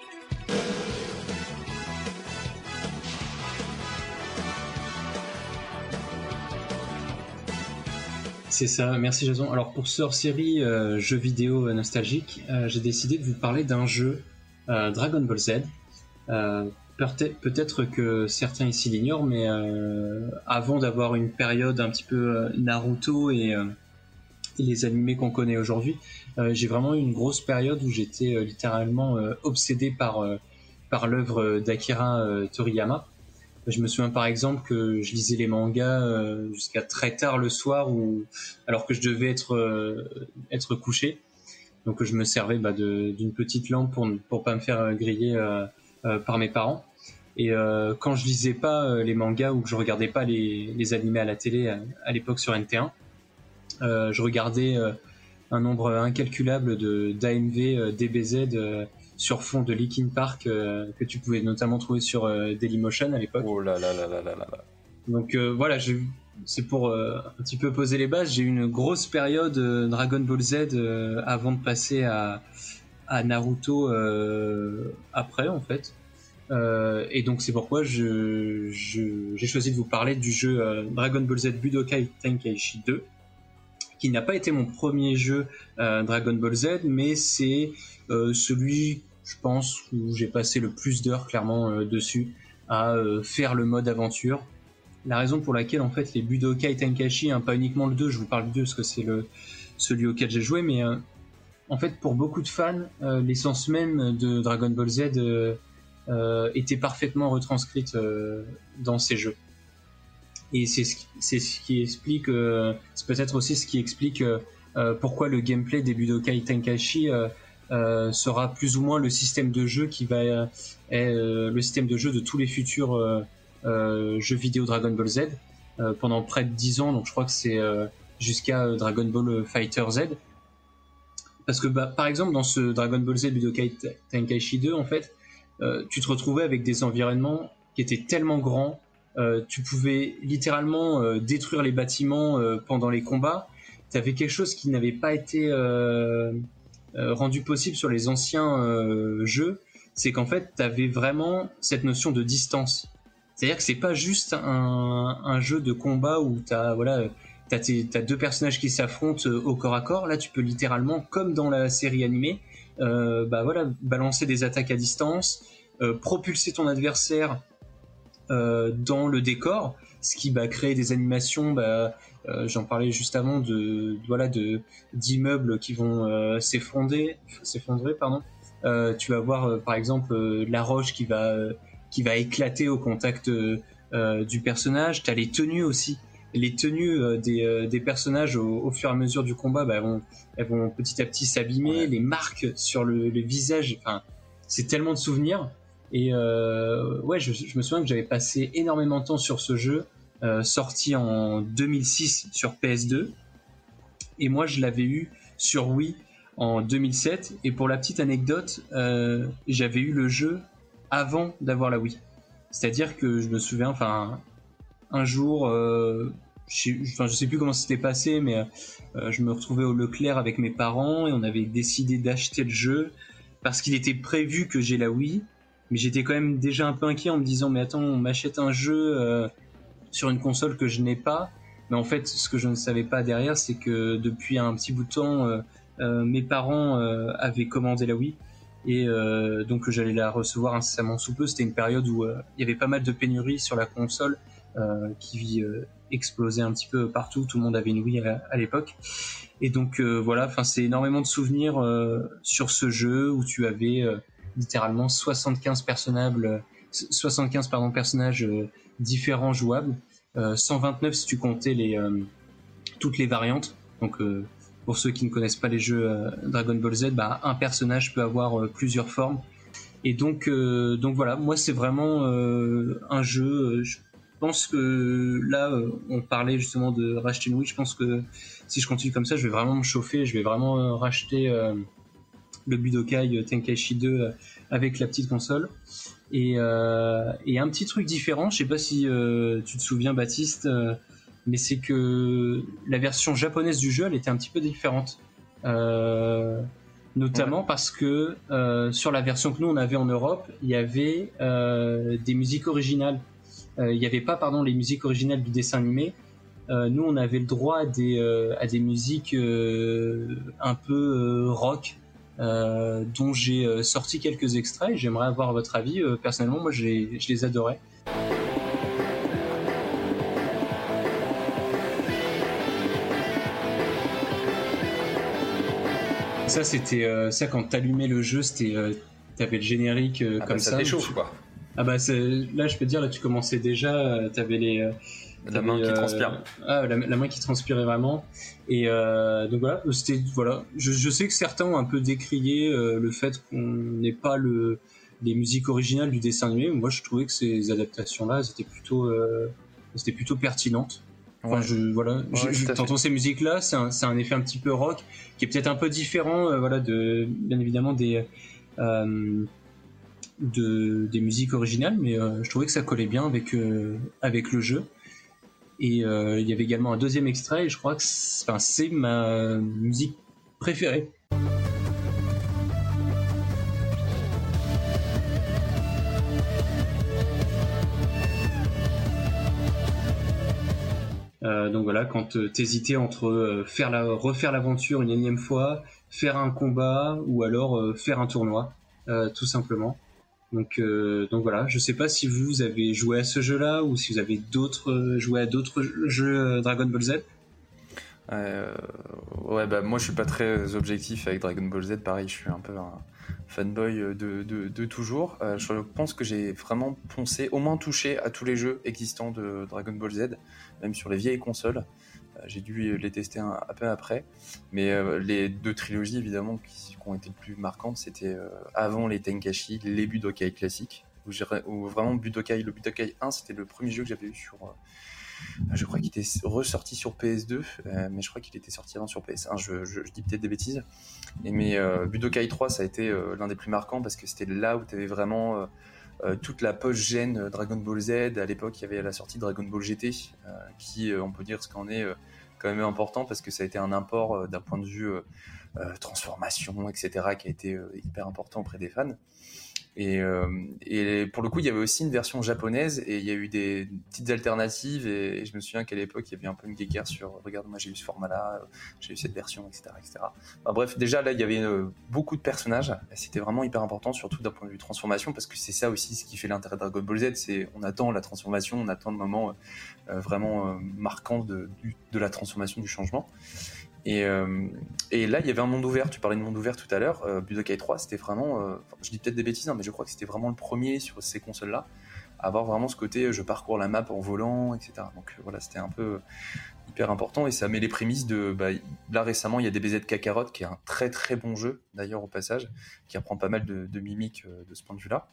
C'est ça, merci Jason. Alors pour ce hors-série euh, jeux vidéo nostalgique, euh, j'ai décidé de vous parler d'un jeu euh, Dragon Ball Z. Euh, peut-être, peut-être que certains ici l'ignorent, mais euh, avant d'avoir une période un petit peu euh, Naruto et, euh, et les animés qu'on connaît aujourd'hui, euh, j'ai vraiment eu une grosse période où j'étais euh, littéralement euh, obsédé par, euh, par l'œuvre d'Akira euh, Toriyama. Je me souviens par exemple que je lisais les mangas euh, jusqu'à très tard le soir, où, alors que je devais être, euh, être couché. Donc je me servais bah, de, d'une petite lampe pour pour pas me faire griller euh, euh, par mes parents. Et euh, quand je lisais pas euh, les mangas ou que je regardais pas les, les animés à la télé à, à l'époque sur N T un, euh, je regardais euh, un nombre incalculable de d'A M V euh, D B Z euh, sur fond de Linkin Park euh, que tu pouvais notamment trouver sur euh, Dailymotion à l'époque. Oh là là là là là là là. Donc euh, voilà, j'ai, c'est pour euh, un petit peu poser les bases. J'ai eu une grosse période euh, Dragon Ball Z euh, avant de passer à, à Naruto euh, après en fait. Euh, et donc c'est pourquoi je, je, j'ai choisi de vous parler du jeu euh, Dragon Ball Z Budokai Tenkaichi deux, qui n'a pas été mon premier jeu euh, Dragon Ball Z, mais c'est euh, celui, je pense, où j'ai passé le plus d'heures clairement euh, dessus à euh, faire le mode aventure. La raison pour laquelle en fait les Budokai Tenkaichi, hein, pas uniquement le deux, je vous parle du deux parce que c'est le celui auquel j'ai joué, mais euh, en fait pour beaucoup de fans, euh, l'essence même de Dragon Ball Z euh, euh, était parfaitement retranscrite euh, dans ces jeux. et c'est ce qui, c'est ce qui explique, euh, c'est peut-être aussi ce qui explique euh, euh, pourquoi le gameplay des Budokai Tenkaichi euh, euh, sera plus ou moins le système de jeu qui va euh, est euh, le système de jeu de tous les futurs euh, euh, jeux vidéo Dragon Ball Z euh, pendant près de dix ans. Donc je crois que c'est euh, jusqu'à euh, Dragon Ball Fighter Z. Parce que bah, par exemple dans ce Dragon Ball Z Budokai Tenkaichi deux, en fait, euh, tu te retrouvais avec des environnements qui étaient tellement grands, euh, tu pouvais littéralement euh, détruire les bâtiments euh, pendant les combats. Tu avais quelque chose qui n'avait pas été euh, euh, rendu possible sur les anciens euh, jeux, c'est qu'en fait tu avais vraiment cette notion de distance. C'est-à-dire que c'est pas juste un, un jeu de combat où tu as voilà, T'as, tes, t'as deux personnages qui s'affrontent au corps à corps. Là, tu peux littéralement, comme dans la série animée, euh, bah voilà, balancer des attaques à distance, euh, propulser ton adversaire euh, dans le décor, ce qui va bah, créer des animations. Bah, euh, j'en parlais juste avant de, de voilà de d'immeubles qui vont euh, s'effondrer, s'effondrer, pardon. Euh, tu vas voir euh, par exemple euh, la roche qui va euh, qui va éclater au contact euh, du personnage. T'as les tenues aussi. Les tenues euh, des, euh, des personnages au, au fur et à mesure du combat, bah, elles, vont, elles vont petit à petit s'abîmer. Ouais. Les marques sur le, le visage, enfin, c'est tellement de souvenirs. Et euh, ouais, je, je me souviens que j'avais passé énormément de temps sur ce jeu, euh, sorti en deux mille six sur P S deux. Et moi, je l'avais eu sur Wii en deux mille sept. Et pour la petite anecdote, euh, j'avais eu le jeu avant d'avoir la Wii. C'est-à-dire que je me souviens, enfin... Un jour, euh, je, enfin, je sais plus comment c'était passé, mais euh, je me retrouvais au Leclerc avec mes parents et on avait décidé d'acheter le jeu parce qu'il était prévu que j'ai la Wii, mais j'étais quand même déjà un peu inquiet en me disant mais attends, on m'achète un jeu euh, sur une console que je n'ai pas. Mais en fait, ce que je ne savais pas derrière, c'est que depuis un petit bout de temps, euh, euh, mes parents euh, avaient commandé la Wii et euh, donc j'allais la recevoir incessamment sous peu. C'était une période où euh, il y avait pas mal de pénuries sur la console. Euh, qui euh, explosait un petit peu partout, tout le monde avait une Wii à, à l'époque, et donc euh, voilà, enfin c'est énormément de souvenirs euh, sur ce jeu où tu avais euh, littéralement soixante-quinze personnages, soixante-quinze pardon personnages euh, différents jouables, euh, cent vingt-neuf si tu comptais les euh, toutes les variantes. Donc euh, pour ceux qui ne connaissent pas les jeux euh, Dragon Ball Z, bah un personnage peut avoir euh, plusieurs formes, et donc euh, donc voilà, moi c'est vraiment euh, un jeu. Euh, je Je pense que là, on parlait justement de racheter une Wii. Je pense que si je continue comme ça, je vais vraiment me chauffer. Je vais vraiment racheter euh, le Budokai Tenkaichi deux euh, avec la petite console. Et, euh, et un petit truc différent, je sais pas si euh, tu te souviens, Baptiste, euh, mais c'est que la version japonaise du jeu, elle était un petit peu différente. Euh, notamment ouais. parce que euh, sur la version que nous on avait en Europe, il y avait euh, des musiques originales. Il euh, n'y avait pas pardon, les musiques originales du dessin animé. Euh, nous, on avait le droit à des, euh, à des musiques euh, un peu euh, rock, euh, dont j'ai euh, sorti quelques extraits. J'aimerais avoir votre avis. Euh, personnellement, moi, je les, je les adorais. Ça, c'était euh, ça quand t'allumais le jeu, c'était euh, t'avais le générique euh, ah comme bah, ça. Ça t'échauffe, tu... quoi. Ah bah c'est... là je peux te dire, là tu commençais déjà, euh, t'avais les euh, la t'avais, main qui euh, transpire. Ah la, la main qui transpirait vraiment. Et euh, donc voilà, c'était voilà. Je, je sais que certains ont un peu décrié euh, le fait qu'on n'ait pas le les musiques originales du dessin animé. Moi je trouvais que ces adaptations là, c'était plutôt euh, c'était plutôt pertinentes. Enfin, ouais. je, voilà, ouais, je, je, t'entends ces musiques-là, c'est un, c'est un effet un petit peu rock, qui est peut-être un peu différent, euh, voilà, de, bien évidemment des, euh, de, des musiques originales, mais euh, je trouvais que ça collait bien avec, euh, avec le jeu. Et euh, il y avait également un deuxième extrait, et je crois que c'est, enfin, c'est ma musique préférée. Euh, donc voilà, quand euh, t'hésitais entre euh, faire la, refaire l'aventure une énième fois, faire un combat ou alors euh, faire un tournoi, euh, tout simplement. Donc, euh, donc voilà, je sais pas si vous avez joué à ce jeu-là ou si vous avez d'autres euh, joué à d'autres jeux euh, Dragon Ball Z. Euh, ouais, bah moi je suis pas très objectif avec Dragon Ball Z, pareil, je suis un peu un fanboy de, de, de toujours. Euh, je pense que j'ai vraiment poncé, au moins touché à tous les jeux existants de Dragon Ball Z, même sur les vieilles consoles. Euh, j'ai dû les tester un, un peu après, mais euh, les deux trilogies évidemment qui, qui ont été les plus marquantes, c'était euh, avant les Tenkaichi, les Budokai classiques, où, où vraiment Budokai, le Budokai un, c'était le premier jeu que j'avais eu sur... Euh, je crois qu'il était ressorti sur P S deux, euh, mais je crois qu'il était sorti avant sur P S un, je, je, je dis peut-être des bêtises. Et, mais euh, Budokai trois, ça a été euh, l'un des plus marquants parce que c'était là où tu avais vraiment euh, euh, toute la post-gène Dragon Ball Z. À l'époque, il y avait la sortie de Dragon Ball G T, euh, qui, euh, on peut dire ce qu'en est, euh, quand même important parce que ça a été un import euh, d'un point de vue euh, euh, transformation, et cetera, qui a été euh, hyper important auprès des fans. Et, euh, et pour le coup, il y avait aussi une version japonaise et il y a eu des petites alternatives. Et, et je me souviens qu'à l'époque, il y avait un peu une guéguerre sur regarde, moi j'ai eu ce format-là, j'ai eu cette version, et cetera, et cetera. Enfin, bref, déjà là, il y avait euh, beaucoup de personnages. Et c'était vraiment hyper important, surtout d'un point de vue transformation, parce que c'est ça aussi ce qui fait l'intérêt de Dragon Ball Z. C'est on attend la transformation, on attend le moment euh, vraiment euh, marquant de, du, de la transformation, du changement. Et, euh, et là, il y avait un monde ouvert. Tu parlais de monde ouvert tout à l'heure. Euh, Budokai trois, c'était vraiment. Euh, je dis peut-être des bêtises, hein, mais je crois que c'était vraiment le premier sur ces consoles-là à avoir vraiment ce côté je parcours la map en volant, et cetera. Donc euh, voilà, c'était un peu hyper important et ça met les prémices de. Bah, là récemment, il y a D B Z Kakarot qui est un très très bon jeu d'ailleurs au passage, qui apprend pas mal de, de mimiques euh, de ce point de vue-là.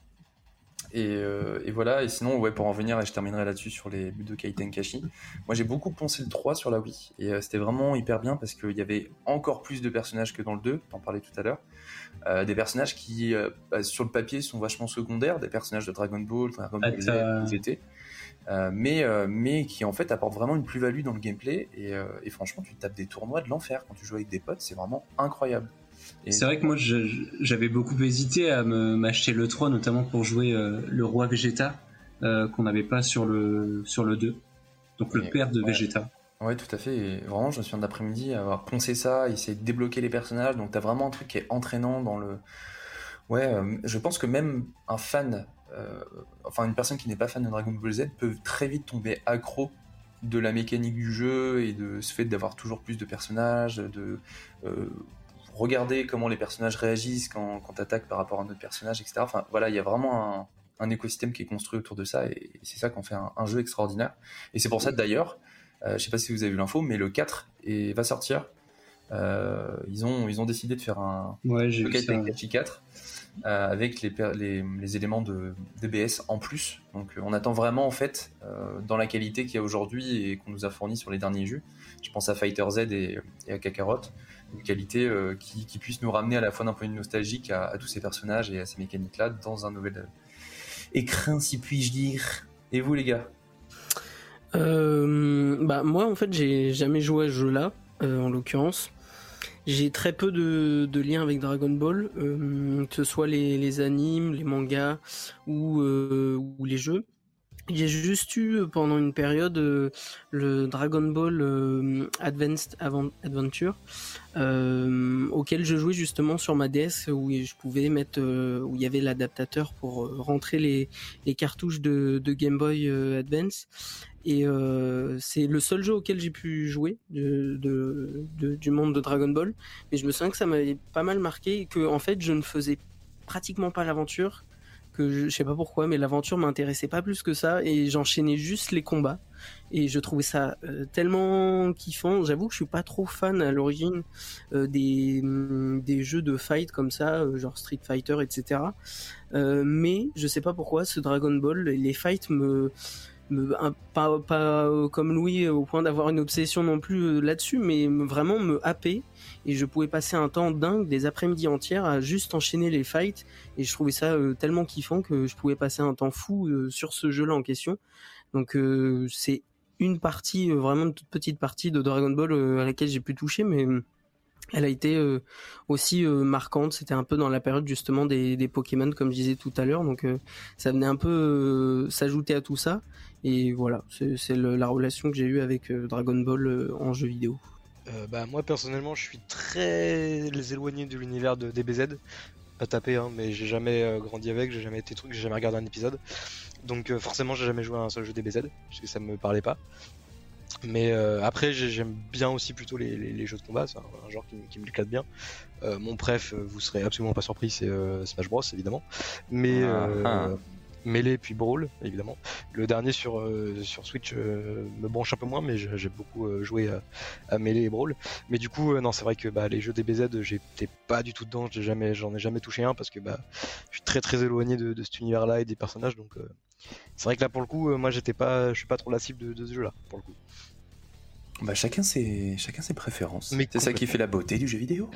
Et, euh, et voilà, et sinon, ouais, pour en venir, et je terminerai là-dessus sur les Budokai Tenkaichi. Moi, j'ai beaucoup poncé le trois sur la Wii, et euh, c'était vraiment hyper bien parce qu'il y avait encore plus de personnages que dans le deux, t'en parlais tout à l'heure. Euh, des personnages qui, euh, bah, sur le papier, sont vachement secondaires, des personnages de Dragon Ball, Dragon Ball Z, V T, euh, mais, euh, mais qui en fait apportent vraiment une plus-value dans le gameplay, et, euh, et franchement, tu tapes des tournois de l'enfer quand tu joues avec des potes, c'est vraiment incroyable. Et... C'est vrai que moi je, j'avais beaucoup hésité à me, m'acheter le trois, notamment pour jouer euh, le roi Vegeta, euh, qu'on n'avait pas sur le, sur le deux, donc le et père de ouais. Vegeta. Ouais, tout à fait, et vraiment je me souviens d'après-midi avoir poncé ça, essayer de débloquer les personnages, donc t'as vraiment un truc qui est entraînant dans le... Ouais, euh, je pense que même un fan, euh, enfin une personne qui n'est pas fan de Dragon Ball Z peut très vite tomber accro de la mécanique du jeu et de ce fait d'avoir toujours plus de personnages, de... Euh, regarder comment les personnages réagissent quand, quand t'attaques par rapport à un autre personnage, et cetera. Enfin, voilà, il y a vraiment un, un écosystème qui est construit autour de ça, et, et c'est ça qu'on fait un, un jeu extraordinaire. Et c'est pour ça, d'ailleurs, euh, je sais pas si vous avez vu l'info, mais le quatre est, va sortir. Euh, ils, ont, ils ont décidé de faire un ouais, j'ai Budokai Tenkaichi quatre euh, avec les, les, les éléments de D B S en plus. Donc, on attend vraiment, en fait, euh, dans la qualité qu'il y a aujourd'hui et qu'on nous a fourni sur les derniers jeux. Je pense à Fighter Z et, et à Kakarot. Une qualité euh, qui, qui puisse nous ramener à la fois d'un point de vue nostalgique à, à tous ces personnages et à ces mécaniques-là dans un nouvel écrin, si puis-je dire. Et vous, les gars? euh, bah moi, en fait, j'ai jamais joué à ce jeu-là, euh, en l'occurrence. J'ai très peu de, de liens avec Dragon Ball, euh, que ce soit les, les animes, les mangas ou, euh, ou les jeux. J'ai juste eu pendant une période euh, le Dragon Ball euh, Advanced Avant- Adventure euh, auquel je jouais justement sur ma D S où je pouvais mettre euh, où il y avait l'adaptateur pour euh, rentrer les, les cartouches de, de Game Boy euh, Advance et euh, c'est le seul jeu auquel j'ai pu jouer de, de, de, du monde de Dragon Ball, mais je me souviens que ça m'avait pas mal marqué et que en fait je ne faisais pratiquement pas l'aventure. Que je, je sais pas pourquoi, mais l'aventure m'intéressait pas plus que ça et j'enchaînais juste les combats et je trouvais ça euh, tellement kiffant. J'avoue que je suis pas trop fan à l'origine euh, des des jeux de fight comme ça, euh, genre Street Fighter, et cetera. Euh, mais je sais pas pourquoi ce Dragon Ball, les fights me me un, pas pas euh, comme Louis au point d'avoir une obsession non plus euh, là-dessus, mais me, vraiment me happer. Et je pouvais passer un temps dingue, des après-midi entières, à juste enchaîner les fights. Et je trouvais ça euh, tellement kiffant que je pouvais passer un temps fou euh, sur ce jeu-là en question. Donc euh, c'est une partie, euh, vraiment une toute petite partie de Dragon Ball euh, à laquelle j'ai pu toucher, mais euh, elle a été euh, aussi euh, marquante. C'était un peu dans la période justement des, des Pokémon, comme je disais tout à l'heure. Donc euh, ça venait un peu euh, s'ajouter à tout ça. Et voilà, c'est, c'est le, la relation que j'ai eue avec euh, Dragon Ball euh, en jeu vidéo. Euh, bah, moi personnellement je suis très éloigné de l'univers de D B Z, pas tapé hein, mais j'ai jamais euh, grandi avec, j'ai jamais été truc, j'ai jamais regardé un épisode, donc euh, forcément j'ai jamais joué à un seul jeu D B Z parce que ça me parlait pas. Mais euh, après, j'ai- j'aime bien aussi plutôt les, les- les jeux de combat, c'est un, un genre qui, m- qui me l'éclate bien. Euh, mon préf, euh, vous serez absolument pas surpris, c'est euh, Smash Bros évidemment. Mais Ah, euh, ah. Melee puis Brawl évidemment. Le dernier sur, euh, sur Switch euh, me branche un peu moins, mais j'ai j'ai beaucoup euh, joué à, à Melee et Brawl. Mais du coup, euh, non, c'est vrai que bah, les jeux D B Z, j'étais pas du tout dedans, j'ai jamais, j'en ai jamais touché un parce que bah, je suis très très éloigné de, de cet univers-là et des personnages, donc euh, c'est vrai que là pour le coup, euh, moi j'étais pas, je suis pas trop la cible de, de ce jeu-là pour le coup. Bah, chacun ses, chacun ses préférences. Mais C'est ça qui complètement. fait la beauté du jeu vidéo.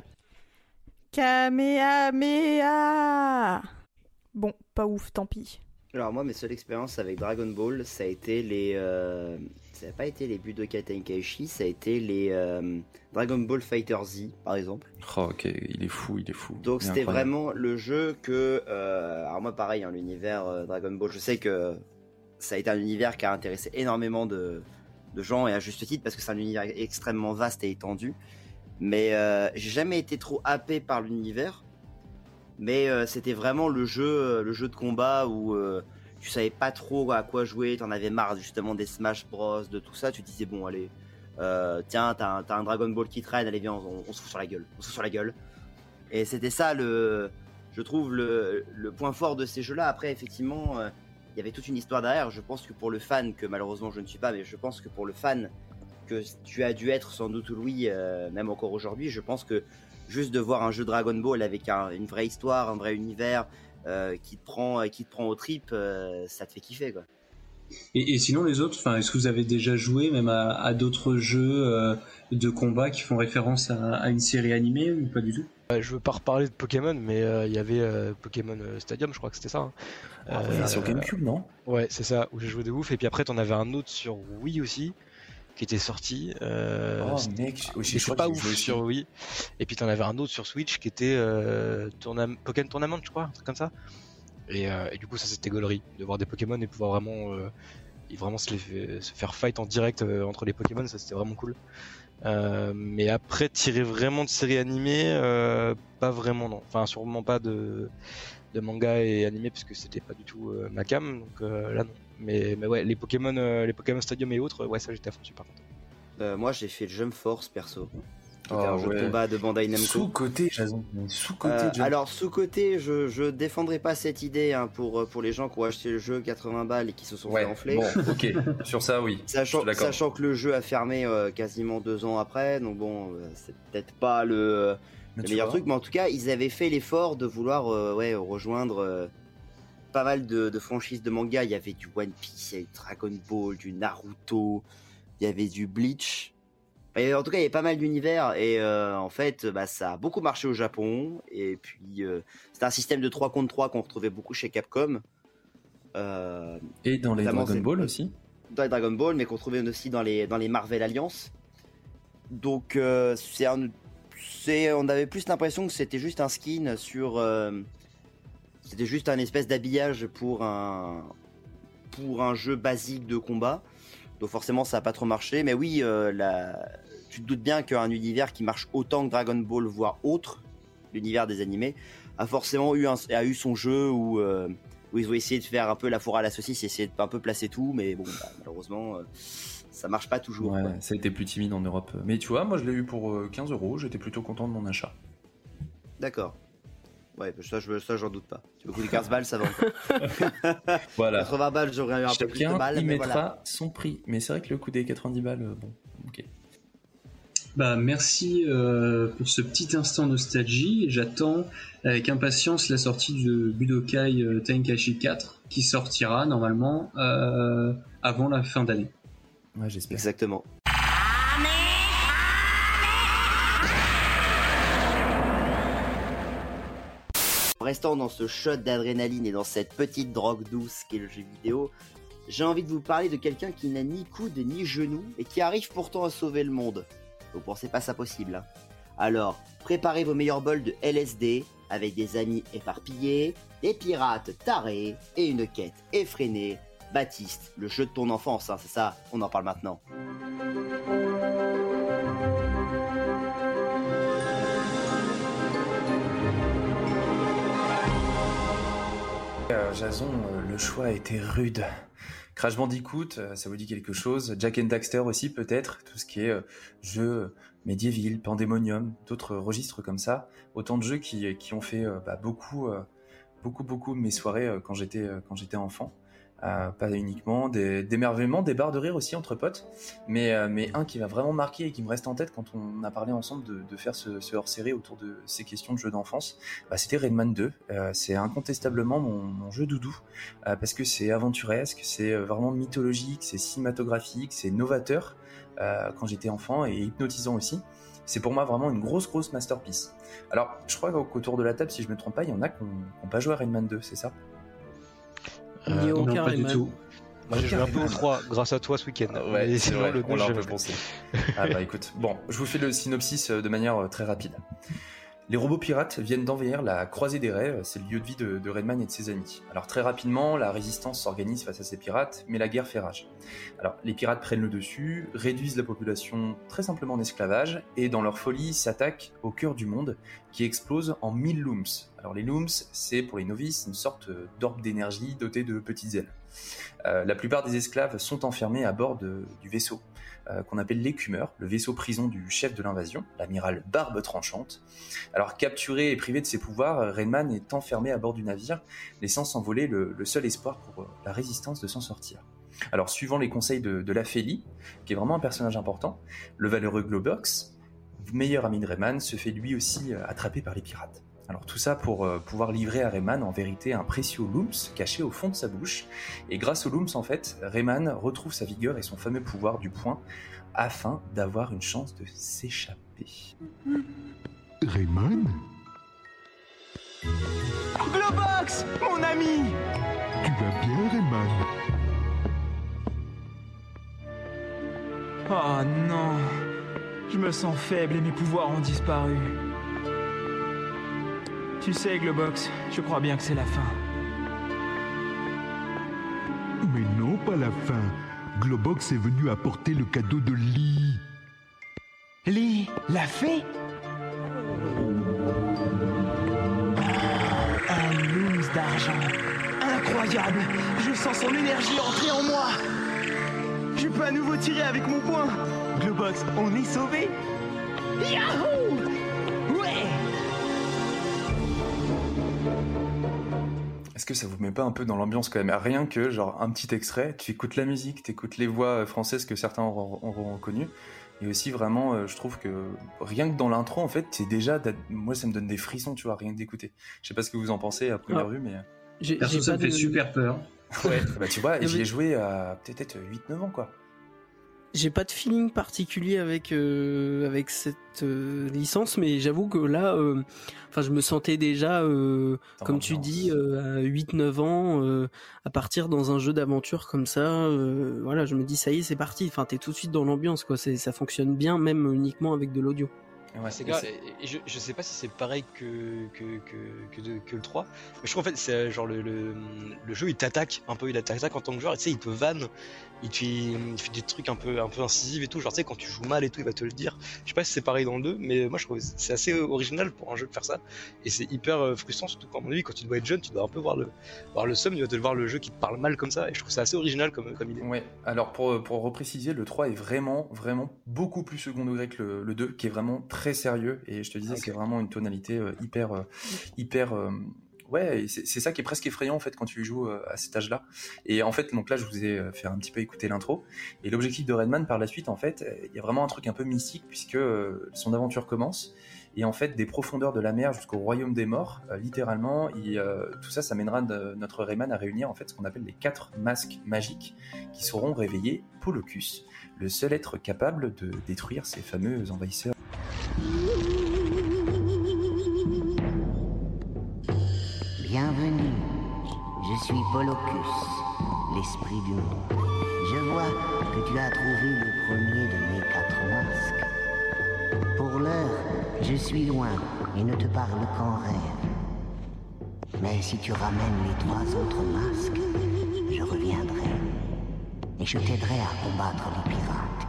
Kamehameha. Bon, pas ouf, tant pis. Alors moi, mes seules expériences avec Dragon Ball, ça a été les... euh, ça n'a pas été les Budokai Tenkaichi, ça a été les euh, Dragon Ball Fighter Z, par exemple. Oh, ok, il est fou, il est fou. Donc Il est c'était incroyable. vraiment le jeu que... euh, alors moi pareil, hein, l'univers euh, Dragon Ball, je sais que ça a été un univers qui a intéressé énormément de, de gens, et à juste titre, parce que c'est un univers extrêmement vaste et étendu. Mais euh, j'ai jamais été trop happé par l'univers. Mais euh, c'était vraiment le jeu, euh, le jeu de combat où euh, tu savais pas trop à quoi jouer, t'en avais marre justement des Smash Bros, de tout ça. Tu te disais bon allez, euh, tiens t'as un, t'as un Dragon Ball qui traîne, allez viens on, on se fout sur la gueule, on se fout sur la gueule. Et c'était ça le, je trouve le, le point fort de ces jeux-là. Après effectivement, euh, il y avait toute une histoire derrière. Je pense que pour le fan, que malheureusement je ne suis pas, mais je pense que pour le fan que tu as dû être sans doute Louis, euh, même encore aujourd'hui, je pense que juste de voir un jeu Dragon Ball avec un, une vraie histoire, un vrai univers euh, qui te prend, qui te prend aux tripes, euh, ça te fait kiffer quoi. Et, et sinon les autres, enfin, est-ce que vous avez déjà joué même à, à d'autres jeux euh, de combat qui font référence à, à une série animée ou pas du tout? Euh, Je veux pas reparler de Pokémon, mais euh, il y avait euh, Pokémon euh, Stadium, je crois que c'était ça. Hein. Ah, Euh, sur GameCube, non? Ouais, c'est ça, où j'ai joué de ouf. Et puis après, t'en avais un autre sur Wii aussi, qui était sorti. Euh, Oh c'était- mec, mais je c'est crois pas que j'ai ouf joué sur aussi. Wii. Et puis t'en avais un autre sur Switch qui était euh, Tournam- Pokémon Tournament, je crois, un truc comme ça. Et, euh, et du coup, ça c'était gaulerie de voir des Pokémon et pouvoir vraiment, euh, et vraiment se, les fait- se faire fight en direct euh, entre les Pokémon, ça c'était vraiment cool. Euh, mais après, tirer vraiment de séries animées, euh, pas vraiment non. Enfin, sûrement pas de, de manga et animé parce que c'était pas du tout euh, ma cam, donc euh, là non. Mais, mais ouais, les Pokémon, euh, les Pokémon Stadium et autres, ouais, ça j'étais à fond dessus par contre. Euh, moi j'ai fait Jump Force perso, qui Oh, était un jeu ouais. de combat de Bandai Namco. Sous-côté, Jason. mais Sous-côté, Euh, Jump. alors sous-côté, je, je défendrai pas cette idée hein, pour, pour les gens qui ont acheté le jeu quatre-vingts balles et qui se sont fait Ouais, enfler. bon, ok. Sur ça, oui. Sachant, Je suis d'accord. sachant que le jeu a fermé euh, quasiment deux ans après, donc bon, euh, c'est peut-être pas le, Mais le tu meilleur vois, truc, mais en tout cas, ils avaient fait l'effort de vouloir euh, ouais, rejoindre euh, pas mal de, de franchises de manga. Il y avait du One Piece, il y avait du Dragon Ball, du Naruto, il y avait du Bleach. Et en tout cas, il y avait pas mal d'univers et euh, en fait, bah, ça a beaucoup marché au Japon. Et puis, euh, c'était un système de trois contre trois qu'on retrouvait beaucoup chez Capcom. Euh, Et dans les notamment, Dragon c'est- Ball aussi. dans les Dragon Ball, mais qu'on trouvait aussi dans les, dans les Marvel Alliance. Donc, euh, c'est un- c'est, on avait plus l'impression que c'était juste un skin sur. euh, c'était juste un espèce d'habillage pour un, pour un jeu basique de combat. Donc, forcément, ça n'a pas trop marché. Mais oui, euh, la- tu te doutes bien qu'un univers qui marche autant que Dragon Ball, voire autre, l'univers des animés, a forcément eu, un, a eu son jeu où. euh, où ils ont essayé de faire un peu la fourre à la saucisse, essayer de un peu placer tout, mais bon, bah, malheureusement, euh, ça marche pas toujours. Ouais, quoi. ça a été plus timide en Europe. Mais tu vois, moi je l'ai eu pour euh, quinze euros, j'étais plutôt content de mon achat. D'accord. Ouais, ça, je, ça, j'en doute pas. Tu veux coûter quinze balles, ça va encore. Voilà. quatre-vingts balles, j'aurais eu un peu plus de Chacun balles, y mais mettra voilà. son prix. Mais c'est vrai que le coût des quatre-vingt-dix balles, euh, bon, ok. Bah merci euh, pour ce petit instant nostalgie. J'attends avec impatience la sortie de Budokai euh, Tenkaichi quatre qui sortira normalement euh, avant la fin d'année. Ouais, j'espère. Exactement. Restant dans ce shot d'adrénaline et dans cette petite drogue douce qu'est le jeu vidéo, j'ai envie de vous parler de quelqu'un qui n'a ni coude ni genou et qui arrive pourtant à sauver le monde. Vous pensez pas ça possible, hein? Alors, préparez vos meilleurs bols de L S D avec des amis éparpillés, des pirates tarés et une quête effrénée. Baptiste, le jeu de ton enfance, hein, c'est ça? On en parle maintenant. Euh, Jason, euh, le choix a été rude. Crash Bandicoot, euh, ça vous dit quelque chose. Jak and Daxter aussi peut-être, tout ce qui est euh, jeux Medieval, Pandemonium, d'autres registres comme ça. Autant de jeux qui, qui ont fait euh, bah, beaucoup, euh, beaucoup, beaucoup de mes soirées euh, quand j'étais, euh, quand j'étais enfant. Euh, pas uniquement des d'émerveillement, des barres de rire aussi entre potes, mais euh, mais un qui m'a vraiment marqué et qui me reste en tête quand on a parlé ensemble de, de faire ce, ce hors-série autour de ces questions de jeux d'enfance, bah, c'était Rayman deux. Euh, c'est incontestablement mon, mon jeu doudou euh, parce que c'est aventuresque, c'est vraiment mythologique, c'est cinématographique, c'est novateur euh, quand j'étais enfant et hypnotisant aussi. C'est pour moi vraiment une grosse grosse masterpiece. Alors je crois qu'autour de la table, si je me trompe pas, il y en a qui n'ont pas joué à Rayman deux, c'est ça? Euh, non, pas du tout. Moi j'ai joué un peu au trois grâce à toi ce week-end. Ah ouais, Mais c'est sinon, vrai, le on l'a un deux, peu j'avais- pensé. Ah bah écoute, bon, je vous fais le synopsis de manière très rapide. Les robots pirates viennent d'envahir la Croisée des Rêves, c'est le lieu de vie de, de Rayman et de ses amis. Alors très rapidement, la résistance s'organise face à ces pirates, mais la guerre fait rage. Alors les pirates prennent le dessus, réduisent la population très simplement en esclavage, et dans leur folie s'attaquent au cœur du monde, qui explose en mille looms. Alors les looms, c'est pour les novices une sorte d'orbe d'énergie dotée de petites ailes. Euh, la plupart des esclaves sont enfermés à bord de- du vaisseau, euh, qu'on appelle l'écumeur, le vaisseau prison du chef de l'invasion, l'amiral Barbe Tranchante. Alors capturé et privé de ses pouvoirs, Rayman est enfermé à bord du navire, laissant s'envoler le, le seul espoir pour euh, la résistance de s'en sortir. Alors suivant les conseils de, de la Félie, qui est vraiment un personnage important, le valeureux Globox, meilleur ami de Rayman, se fait lui aussi euh, attraper par les pirates. Alors tout ça pour euh, pouvoir livrer à Rayman en vérité un précieux Looms caché au fond de sa bouche. Et grâce au Looms en fait, Rayman retrouve sa vigueur et son fameux pouvoir du poing afin d'avoir une chance de s'échapper. Rayman? Globox, mon ami. Tu vas bien, Rayman? Oh non, je me sens faible et mes pouvoirs ont disparu. Tu sais, Globox, je crois bien que c'est la fin. Mais non, pas la fin. Globox est venu apporter le cadeau de Lee. Lee, la fée? Un Looms d'argent. Incroyable! Je sens son énergie entrer en moi! Je peux à nouveau tirer avec mon poing! Globox, on est sauvés! Yahoo! Ouais! Est-ce que ça vous met pas un peu dans l'ambiance quand même? Rien que genre un petit extrait, tu écoutes la musique, tu écoutes les voix françaises que certains auront, auront reconnues. Et aussi vraiment, euh, je trouve que rien que dans l'intro, en fait, c'est déjà, moi ça me donne des frissons, tu vois, rien que d'écouter. Je sais pas ce que vous en pensez à première Ah. vue, mais... J'ai, Perso, j'ai ça pas me fait de- super peur. Ouais, bah tu vois, et Non, j'y mais- ai joué à peut-être huit neuf ans, quoi. J'ai pas de feeling particulier avec euh, avec cette euh, licence, mais j'avoue que là, euh, enfin, je me sentais déjà, euh, Dans comme tu l'ambiance. dis, euh, à huit neuf ans, euh, à partir dans un jeu d'aventure comme ça. Euh, voilà, je me dis ça y est, c'est parti. Enfin, t'es tout de suite dans l'ambiance, quoi. C'est, ça fonctionne bien, même uniquement avec de l'audio. Ouais, C'est et grave, c'est- et je, je sais pas si c'est pareil que, que, que, que, de- que le trois, mais je trouve en fait c'est euh, genre le, le, le jeu il t'attaque un peu, il t'attaque en tant que joueur, et tu sais il te vanne, il te fait, il fait des trucs un peu, un peu incisifs et tout, genre tu sais quand tu joues mal et tout il va te le dire. Je sais pas si c'est pareil dans le deux, mais moi je trouve que c'est assez original pour un jeu de faire ça, et c'est hyper euh, frustrant, surtout quand à mon avis quand tu dois être jeune, tu dois un peu voir le, voir le seum, tu vas te voir le jeu qui te parle mal comme ça, et je trouve que c'est assez original comme, comme idée. Ouais, alors pour, pour repréciser, le trois est vraiment, vraiment beaucoup plus second degré que le, le deux, qui est vraiment très sérieux, et je te disais, Ok. c'est vraiment une tonalité euh, hyper, euh, hyper, euh, ouais, et c'est c'est ça qui est presque effrayant en fait quand tu y joues euh, à cet âge-là. Et en fait, donc là, je vous ai euh, fait un petit peu écouter l'intro, et l'objectif de Rayman par la suite, en fait, euh, il y a vraiment un truc un peu mystique, puisque euh, son aventure commence, et en fait, des profondeurs de la mer jusqu'au royaume des morts, euh, littéralement, il, euh, tout ça, ça mènera de- notre Rayman à réunir en fait ce qu'on appelle les quatre masques magiques qui sauront réveiller Polocus, le seul être capable de détruire ces fameux envahisseurs. Bienvenue, je suis Polocus, l'esprit du monde. Je vois que tu as trouvé le premier de mes quatre masques. Pour l'heure, je suis loin et ne te parle qu'en rêve. Mais si tu ramènes les trois autres masques, je reviendrai. Et je t'aiderai à combattre les pirates.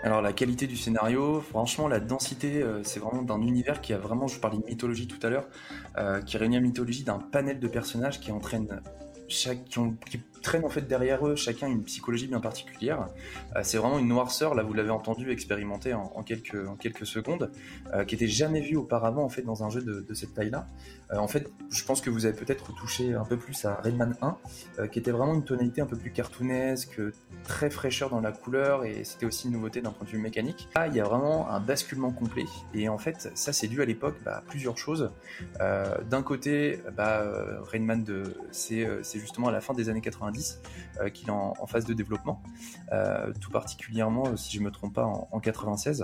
Alors la qualité du scénario, franchement la densité, euh, c'est vraiment d'un univers qui a vraiment, je parlais de mythologie tout à l'heure, euh, qui réunit la mythologie d'un panel de personnages qui entraînent chaque, qui, ont, qui traînent en fait derrière eux chacun une psychologie bien particulière. Euh, c'est vraiment une noirceur, là vous l'avez entendu expérimenter en, en, quelques, en quelques secondes, euh, qui était jamais vue auparavant en fait dans un jeu de, de cette taille-là. Euh, en fait, je pense que vous avez peut-être touché un peu plus à Rayman un, euh, qui était vraiment une tonalité un peu plus cartoonesque, très fraîcheur dans la couleur, et c'était aussi une nouveauté d'un point de vue mécanique. Là, il y a vraiment un basculement complet, et en fait, ça c'est dû à l'époque bah, à plusieurs choses. Euh, d'un côté, bah, euh, Rayman deux, c'est, euh, c'est justement à la fin des années quatre-vingt-dix euh, qu'il est en, en phase de développement, euh, tout particulièrement, si je me trompe pas, en, en quatre-vingt-seize.